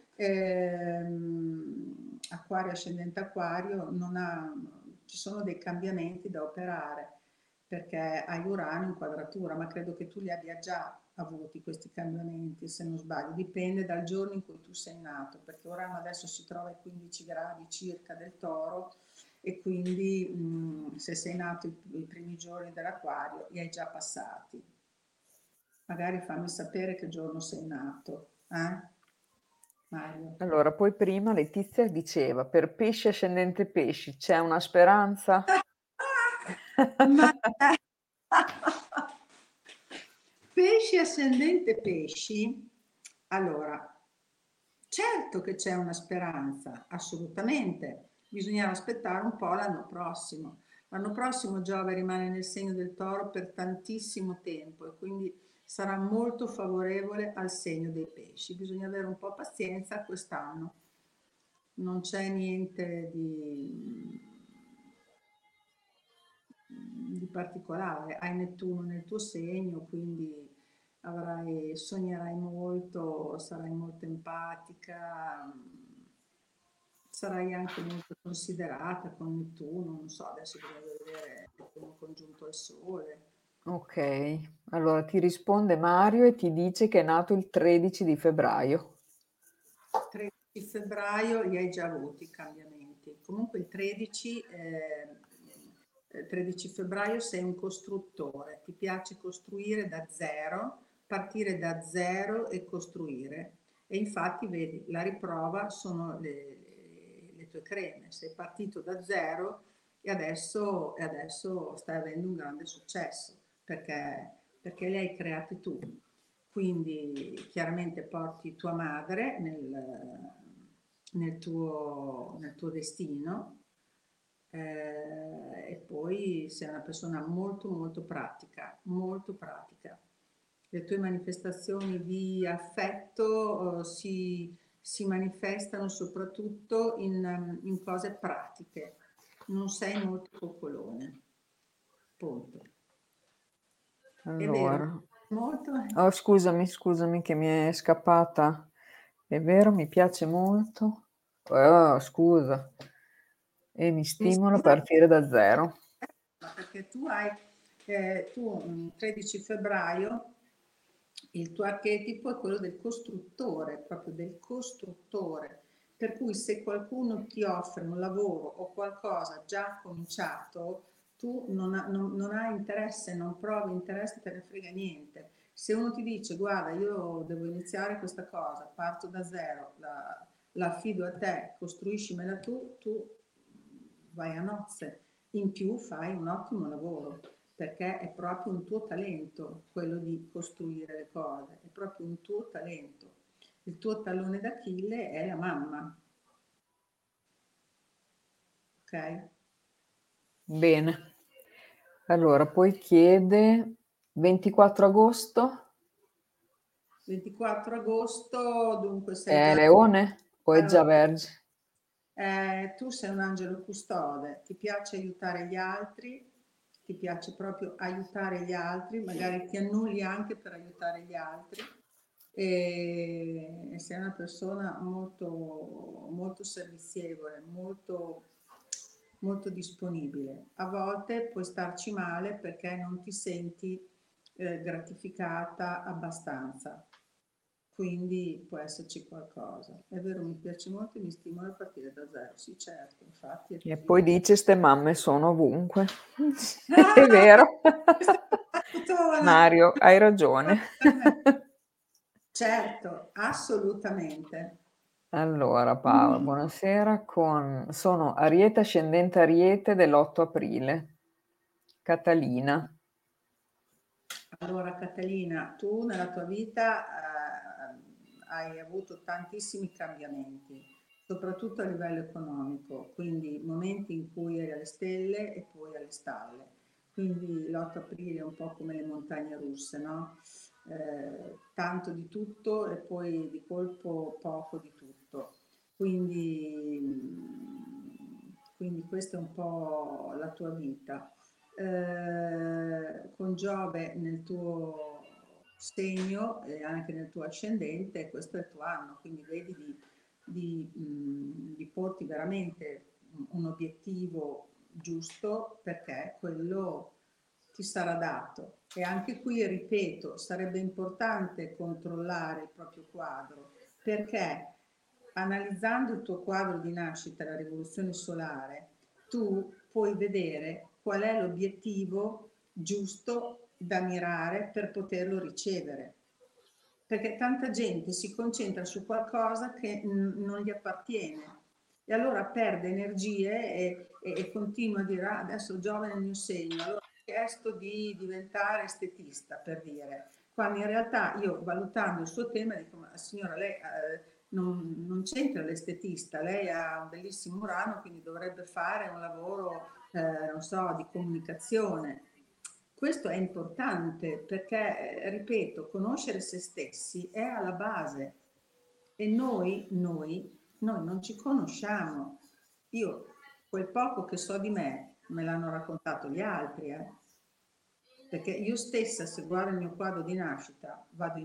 Acquario ascendente acquario non ha, ci sono dei cambiamenti da operare perché hai Urano in quadratura, ma credo che tu li abbia già avuti questi cambiamenti, se non sbaglio, dipende dal giorno in cui tu sei nato, perché Urano adesso si trova ai 15 gradi circa del Toro e quindi se sei nato i primi giorni dell'Aquario li hai già passati. Magari fammi sapere che giorno sei nato, Mario. Allora, poi prima Letizia diceva, per pesci ascendente pesci c'è una speranza? Ma pesci ascendente pesci, allora, certo che c'è una speranza, assolutamente, bisognerà aspettare un po' l'anno prossimo. L'anno prossimo Giove rimane nel segno del Toro per tantissimo tempo e quindi sarà molto favorevole al segno dei pesci. Bisogna avere un po' pazienza quest'anno. Non c'è niente di particolare. Hai Nettuno nel tuo segno, quindi sognerai molto, sarai molto empatica, sarai anche molto considerata con Nettuno, non so, adesso bisogna vedere Nettuno congiunto al Sole. Ok, allora ti risponde Mario e ti dice che è nato il 13 di febbraio. 13 febbraio li hai già avuti i cambiamenti. Comunque il 13 febbraio sei un costruttore, ti piace costruire da zero, partire da zero e costruire. E infatti vedi, la riprova sono le tue creme. Sei partito da zero e adesso stai avendo un grande successo perché le hai create tu. Quindi chiaramente porti tua madre nel tuo destino e poi sei una persona molto molto pratica, molto pratica. Le tue manifestazioni di affetto si manifestano soprattutto in cose pratiche, non sei molto coccolone, punto. È vero, Allora, molto. oh, scusami che mi è scappata. È vero, mi piace molto. Oh, scusa. E mi Mi stimola a stimola partire da zero. perché tu 13 febbraio, il tuo archetipo è quello del costruttore, proprio del costruttore. Per cui se qualcuno ti offre un lavoro o qualcosa già cominciato, tu non hai interesse, non provi interesse, te ne frega niente. Se uno ti dice, guarda, io devo iniziare questa cosa, parto da zero, la affido a te, costruiscimela tu vai a nozze. In più fai un ottimo lavoro, perché è proprio un tuo talento quello di costruire le cose, è proprio un tuo talento. Il tuo tallone d'Achille è la mamma, ok? Bene. Allora, poi chiede 24 agosto. 24 agosto, dunque sei È già. Leone o è Allora, già Vergine? tu sei un angelo custode, ti piace aiutare gli altri, ti piace proprio aiutare gli altri, magari ti annulli anche per aiutare gli altri e sei una persona molto, molto servizievole, molto, molto disponibile. A volte puoi starci male perché non ti senti gratificata abbastanza, quindi può esserci qualcosa. È vero, mi piace molto e mi stimola a partire da zero. Sì, certo, infatti è E così. poi dice ste mamme sono ovunque. È Ah, vero. questa è una battutona Mario, hai ragione. per me. Certo, assolutamente. Allora, Paola, buonasera. Sono Ariete ascendente Ariete dell'8 aprile. Catalina. Allora, Catalina, tu nella tua vita hai avuto tantissimi cambiamenti, soprattutto a livello economico, quindi momenti in cui eri alle stelle e poi alle stalle. Quindi l'8 aprile è un po' come le montagne russe, no? Tanto di tutto e poi di colpo poco di tutto. Quindi questa è un po' la tua vita con Giove nel tuo segno e anche nel tuo ascendente, questo è il tuo anno, quindi vedi di porti veramente un obiettivo giusto perché quello ti sarà dato. E anche qui, ripeto, sarebbe importante controllare il proprio quadro perché analizzando il tuo quadro di nascita, la rivoluzione solare, tu puoi vedere qual è l'obiettivo giusto da mirare per poterlo ricevere. Perché tanta gente si concentra su qualcosa che non gli appartiene e allora perde energie e continua a dire ah, adesso giovane nel mio segno, allora ho chiesto di diventare estetista per dire, quando in realtà io valutando il suo tema dico ma signora lei non c'entra l'estetista, lei ha un bellissimo Urano, quindi dovrebbe fare un lavoro, non so, di comunicazione. Questo è importante perché, ripeto, conoscere se stessi è alla base e noi non ci conosciamo. Io quel poco che so di me l'hanno raccontato gli altri, perché io stessa, se guardo il mio quadro di nascita,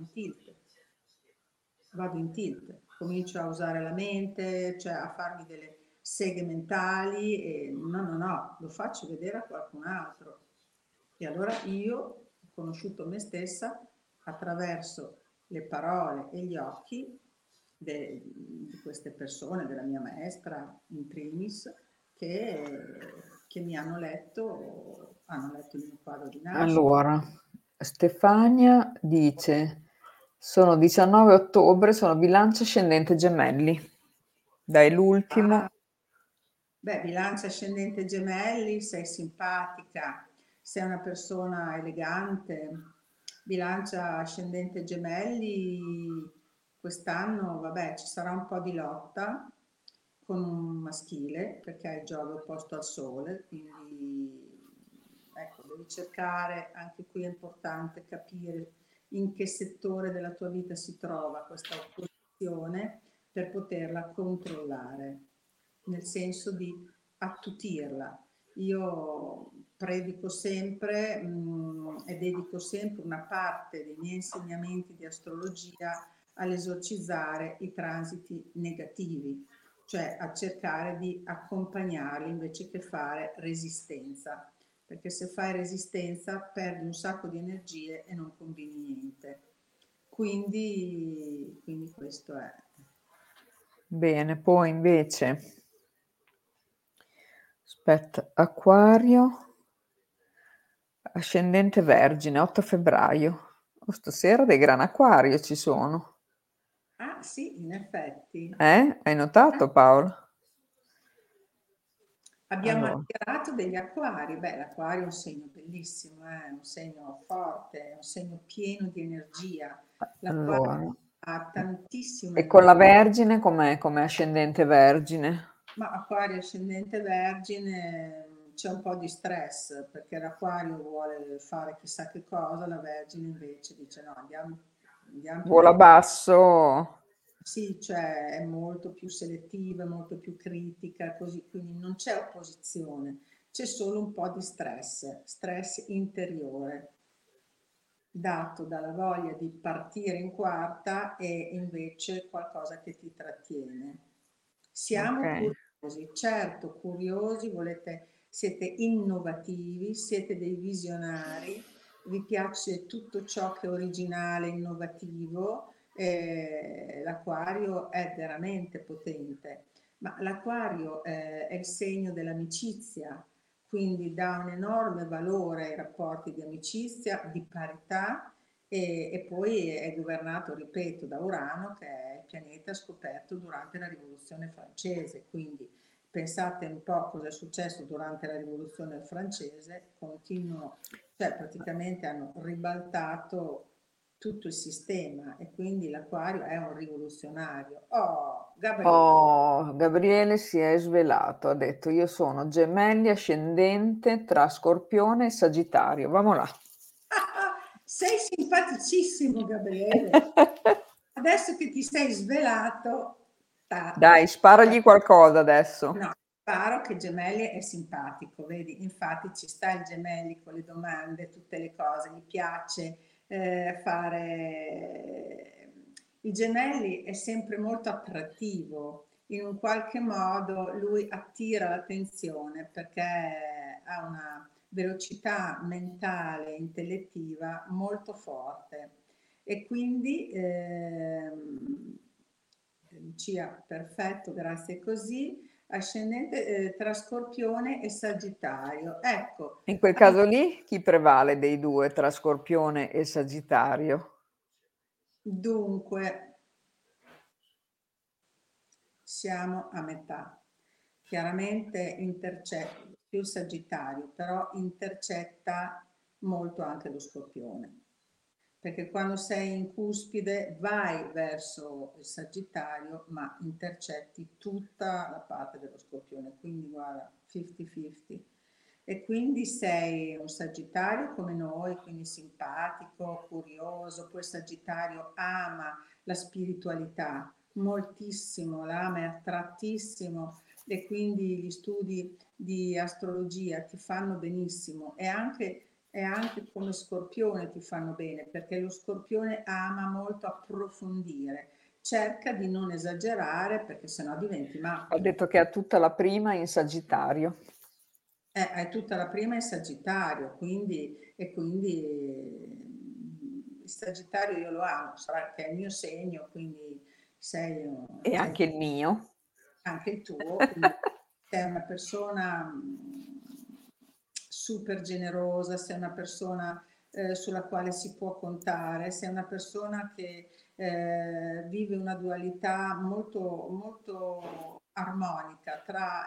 vado in tilt, comincio a usare la mente, cioè a farmi delle seghe mentali e no, lo faccio vedere a qualcun altro. E allora io ho conosciuto me stessa attraverso le parole e gli occhi di queste persone, della mia maestra in primis, che mi hanno letto il mio quadro di nascita. Allora, Stefania dice, sono 19 ottobre, sono bilancia ascendente gemelli. Dai Ah, l'ultimo. beh, bilancia ascendente gemelli, sei simpatica, sei una persona elegante. Bilancia ascendente gemelli, quest'anno, vabbè, ci sarà un po' di lotta con un maschile, perché hai Giove opposto al Sole, quindi ecco, devi cercare, anche qui è importante capire in che settore della tua vita si trova questa opposizione per poterla controllare, nel senso di attutirla. Io predico sempre e dedico sempre una parte dei miei insegnamenti di astrologia all'esorcizzare i transiti negativi, cioè a cercare di accompagnarli invece che fare resistenza, perché se fai resistenza perdi un sacco di energie e non combini niente. Quindi questo è. Bene, poi invece, aspetta, Acquario, ascendente Vergine, 8 febbraio. Oh, stasera dei gran acquario ci sono. Ah sì, in effetti. Hai notato Paolo? Abbiamo Allora, attirato degli acquari. Beh, l'acquario è un segno bellissimo, è un segno forte, è un segno pieno di energia. L'acquario allora. ha tantissima E con energia. la Vergine com'è? Come ascendente Vergine? Ma acquario ascendente vergine c'è un po' di stress perché l'acquario vuole fare chissà che cosa, la vergine invece dice no, andiamo più Vola piano. basso. Sì, cioè è molto più selettiva, molto più critica, così, quindi non c'è opposizione, c'è solo un po' di stress interiore, dato dalla voglia di partire in quarta e invece qualcosa che ti trattiene. Ok. Siamo curiosi, certo, curiosi, siete innovativi, siete dei visionari, vi piace tutto ciò che è originale, innovativo, l'acquario è veramente potente, ma l'acquario è il segno dell'amicizia, quindi dà un enorme valore ai rapporti di amicizia, di parità e poi è governato, ripeto, da Urano, che è il pianeta scoperto durante la Rivoluzione francese. Quindi pensate un po' cosa è successo durante la Rivoluzione francese, cioè praticamente hanno ribaltato tutto il sistema e quindi l'Aquario è un rivoluzionario. Oh, Gabriele! Oh, Gabriele si è svelato, ha detto io sono gemelli ascendente tra Scorpione e Sagittario. Vamo là. Sei simpaticissimo, Gabriele. Adesso che ti sei svelato, Dai, sparagli qualcosa adesso. no, sparo che Gemelli è simpatico, vedi, infatti ci sta il Gemelli con le domande, tutte le cose, gli piace fare. Il Gemelli è sempre molto attrattivo, in un qualche modo lui attira l'attenzione perché ha una velocità mentale e intellettiva molto forte e quindi Lucia, perfetto, grazie così, ascendente tra Scorpione e Sagittario. Ecco, In quel caso lì, chi prevale dei due tra Scorpione e Sagittario? dunque siamo a metà. Chiaramente intercetta più il Sagittario, però intercetta molto anche lo Scorpione. perché quando sei in cuspide vai verso il Sagittario, ma intercetti tutta la parte dello Scorpione, quindi guarda, 50-50. E quindi sei un Sagittario come noi, quindi simpatico, curioso, poi il Sagittario ama la spiritualità moltissimo, la ama, è attrattissimo e quindi gli studi di astrologia ti fanno benissimo e anche come Scorpione ti fanno bene, perché lo Scorpione ama molto approfondire, cerca di non esagerare perché sennò diventi Ho matto. detto che ha tutta la prima in Sagittario. Hai tutta la prima in Sagittario, quindi il Sagittario io lo amo, sarà che è il mio segno, quindi E sei anche il mio. anche il tuo, quindi sei una persona super generosa, sei una persona sulla quale si può contare, sei una persona che vive una dualità molto, molto armonica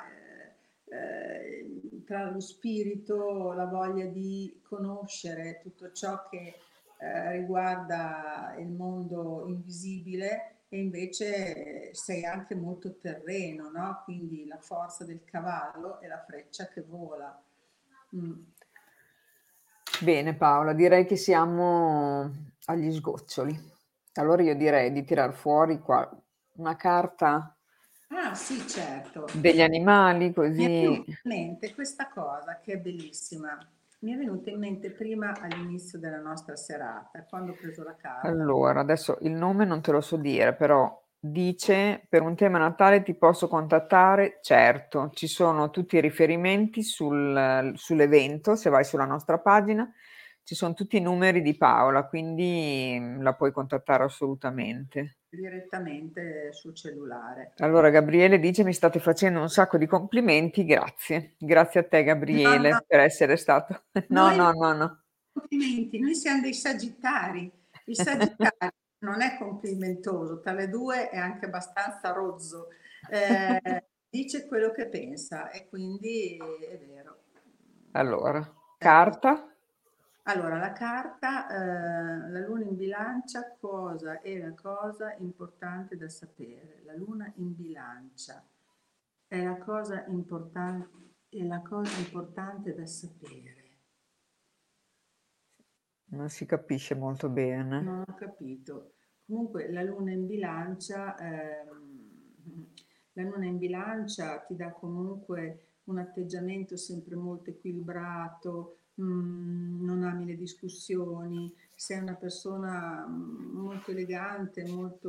tra lo spirito, la voglia di conoscere tutto ciò che riguarda il mondo invisibile e invece sei anche molto terreno, no? Quindi la forza del cavallo e la freccia che vola. Mm. Bene Paola, direi che siamo agli sgoccioli. Allora io direi di tirar fuori qua una carta Ah sì, certo. degli animali, Mi è così. venuta in mente questa cosa che è bellissima. Mi è venuta in mente prima all'inizio della nostra serata, quando ho preso la carta. Allora, adesso il nome non te lo so dire, però dice per un tema Natale ti posso contattare? Certo, ci sono tutti i riferimenti sull'evento, se vai sulla nostra pagina, ci sono tutti i numeri di Paola, quindi la puoi contattare assolutamente. Direttamente sul cellulare. Allora, Gabriele dice mi state facendo un sacco di complimenti, grazie. Grazie a te, No, no, Gabriele, per essere stato. No, noi no, no, no. complimenti, noi siamo dei sagittari. Il sagittario non è complimentoso, tra le due è anche abbastanza rozzo. Dice quello che pensa e quindi è vero. Allora, È così. carta. Allora, la carta, la luna in bilancia, cosa è la cosa importante da sapere? La luna in bilancia è è la cosa importante da sapere. Non si capisce molto Non bene. ho capito. Comunque la luna in bilancia ti dà comunque un atteggiamento sempre molto equilibrato, non ami le discussioni, sei una persona molto elegante,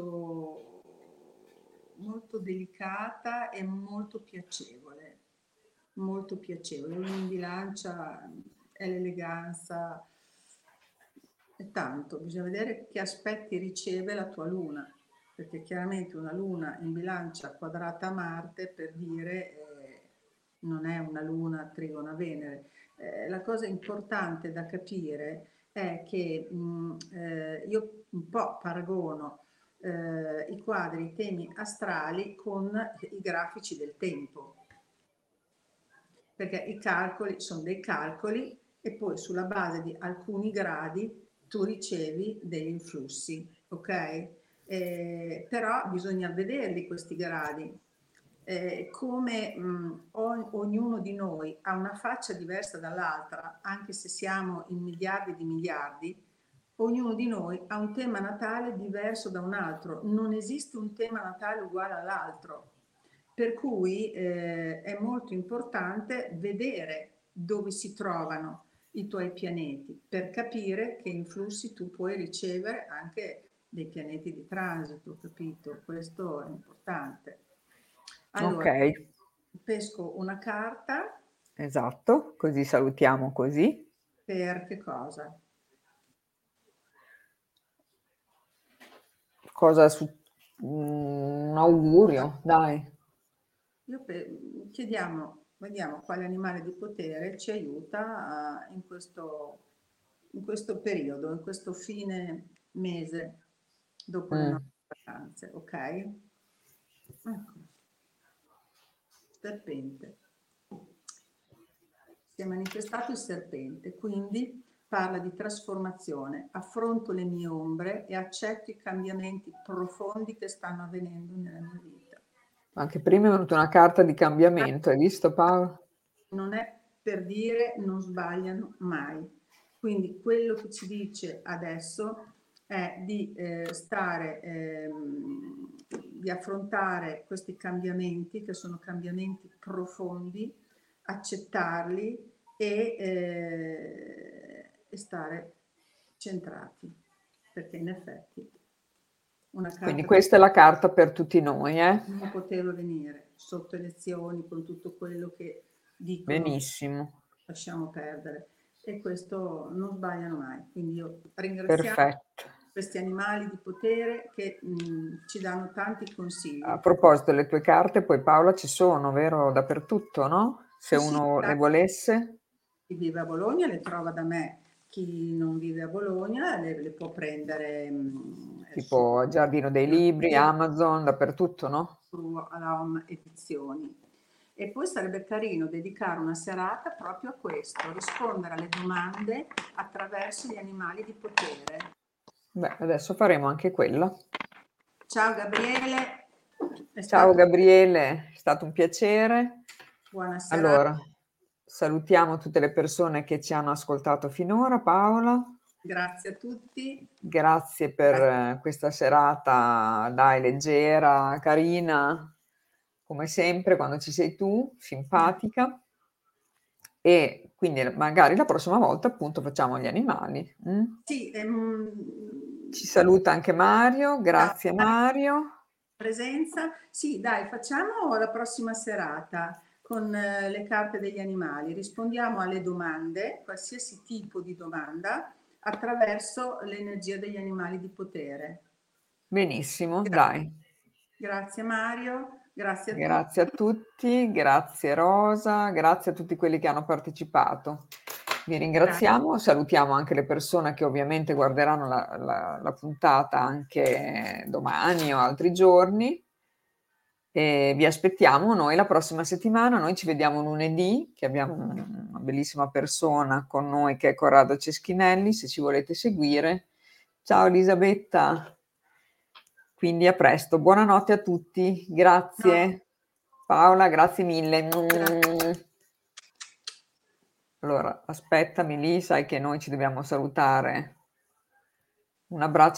molto delicata e molto piacevole. Molto piacevole. La luna in bilancia è l'eleganza, è tanto, bisogna vedere che aspetti riceve la tua luna, perché chiaramente una luna in bilancia quadrata a Marte per dire non è una luna trigona Venere. La cosa importante da capire è che io un po' paragono i quadri, i temi astrali con i grafici del tempo, perché i calcoli sono dei calcoli e poi sulla base di alcuni gradi tu ricevi degli influssi, ok? Però bisogna vederli questi gradi. Come ognuno di noi ha una faccia diversa dall'altra, anche se siamo in miliardi di miliardi, ognuno di noi ha un tema natale diverso da un altro, non esiste un tema natale uguale all'altro, per cui è molto importante vedere dove si trovano i tuoi pianeti per capire che influssi tu puoi ricevere anche dei pianeti di transito, capito? Questo è importante. Ok, Allora, pesco una carta esatto, così salutiamo così. per che cosa? Cosa su... Un augurio, dai. Vediamo quale animale di potere ci aiuta in questo periodo, in questo fine mese dopo le Mm. nostre vacanze, ok? Ecco, serpente. Si è manifestato il serpente, quindi parla di trasformazione, affronto le mie ombre e accetto i cambiamenti profondi che stanno avvenendo nella mia vita. Anche prima è venuta una carta di cambiamento, hai visto Paolo? Non è per dire non sbagliano mai. Quindi quello che ci dice adesso è di di affrontare questi cambiamenti, che sono cambiamenti profondi, accettarli e stare centrati, perché in effetti una Quindi carta questa è la carta per tutti noi, eh? non poteva venire sotto elezioni con tutto quello che dicono, Benissimo, lasciamo perdere. E questo non sbagliano mai. Quindi io ringraziamo perfetto. questi animali di potere che ci danno tanti A consigli. proposito, le tue carte poi Paola ci sono, vero? Dappertutto, no? Se Sì, sì, uno le volesse, chi vive a Bologna le trova da me, chi non vive a Bologna le può prendere su tipo Giardino dei Libri, Amazon, dappertutto, no? alla Home Edizioni. E poi sarebbe carino dedicare una serata proprio a questo, rispondere alle domande attraverso gli animali di potere. Beh, adesso faremo anche quella. Ciao Gabriele, è Ciao stato Gabriele, è stato un piacere. buona serata, Allora, salutiamo tutte le persone che ci hanno ascoltato finora, Paola. grazie a tutti. Grazie per questa serata, dai, leggera, carina, come sempre, quando ci sei tu, simpatica. E quindi magari la prossima volta appunto facciamo gli animali. Mm? Sì, Ci saluta anche Mario, ciao, grazie Mario. presenza. Sì, dai, facciamo la prossima serata con le carte degli animali. Rispondiamo alle domande, qualsiasi tipo di domanda, attraverso l'energia degli animali di potere. Benissimo, Gra- dai. Grazie Mario, grazie a tutti. Grazie a tutti, grazie Rosa, grazie a tutti quelli che hanno partecipato. Vi Grazie. ringraziamo, salutiamo anche le persone che ovviamente guarderanno la puntata anche domani o altri giorni. E vi aspettiamo noi la prossima settimana. Noi ci vediamo lunedì, che abbiamo una bellissima persona con noi che è Corrado Ceschinelli, se ci volete seguire. Ciao Elisabetta. Quindi a presto, buonanotte a tutti, No, grazie. Paola, grazie mille. grazie. Allora, aspettami lì, sai che noi ci dobbiamo salutare. Un abbraccio.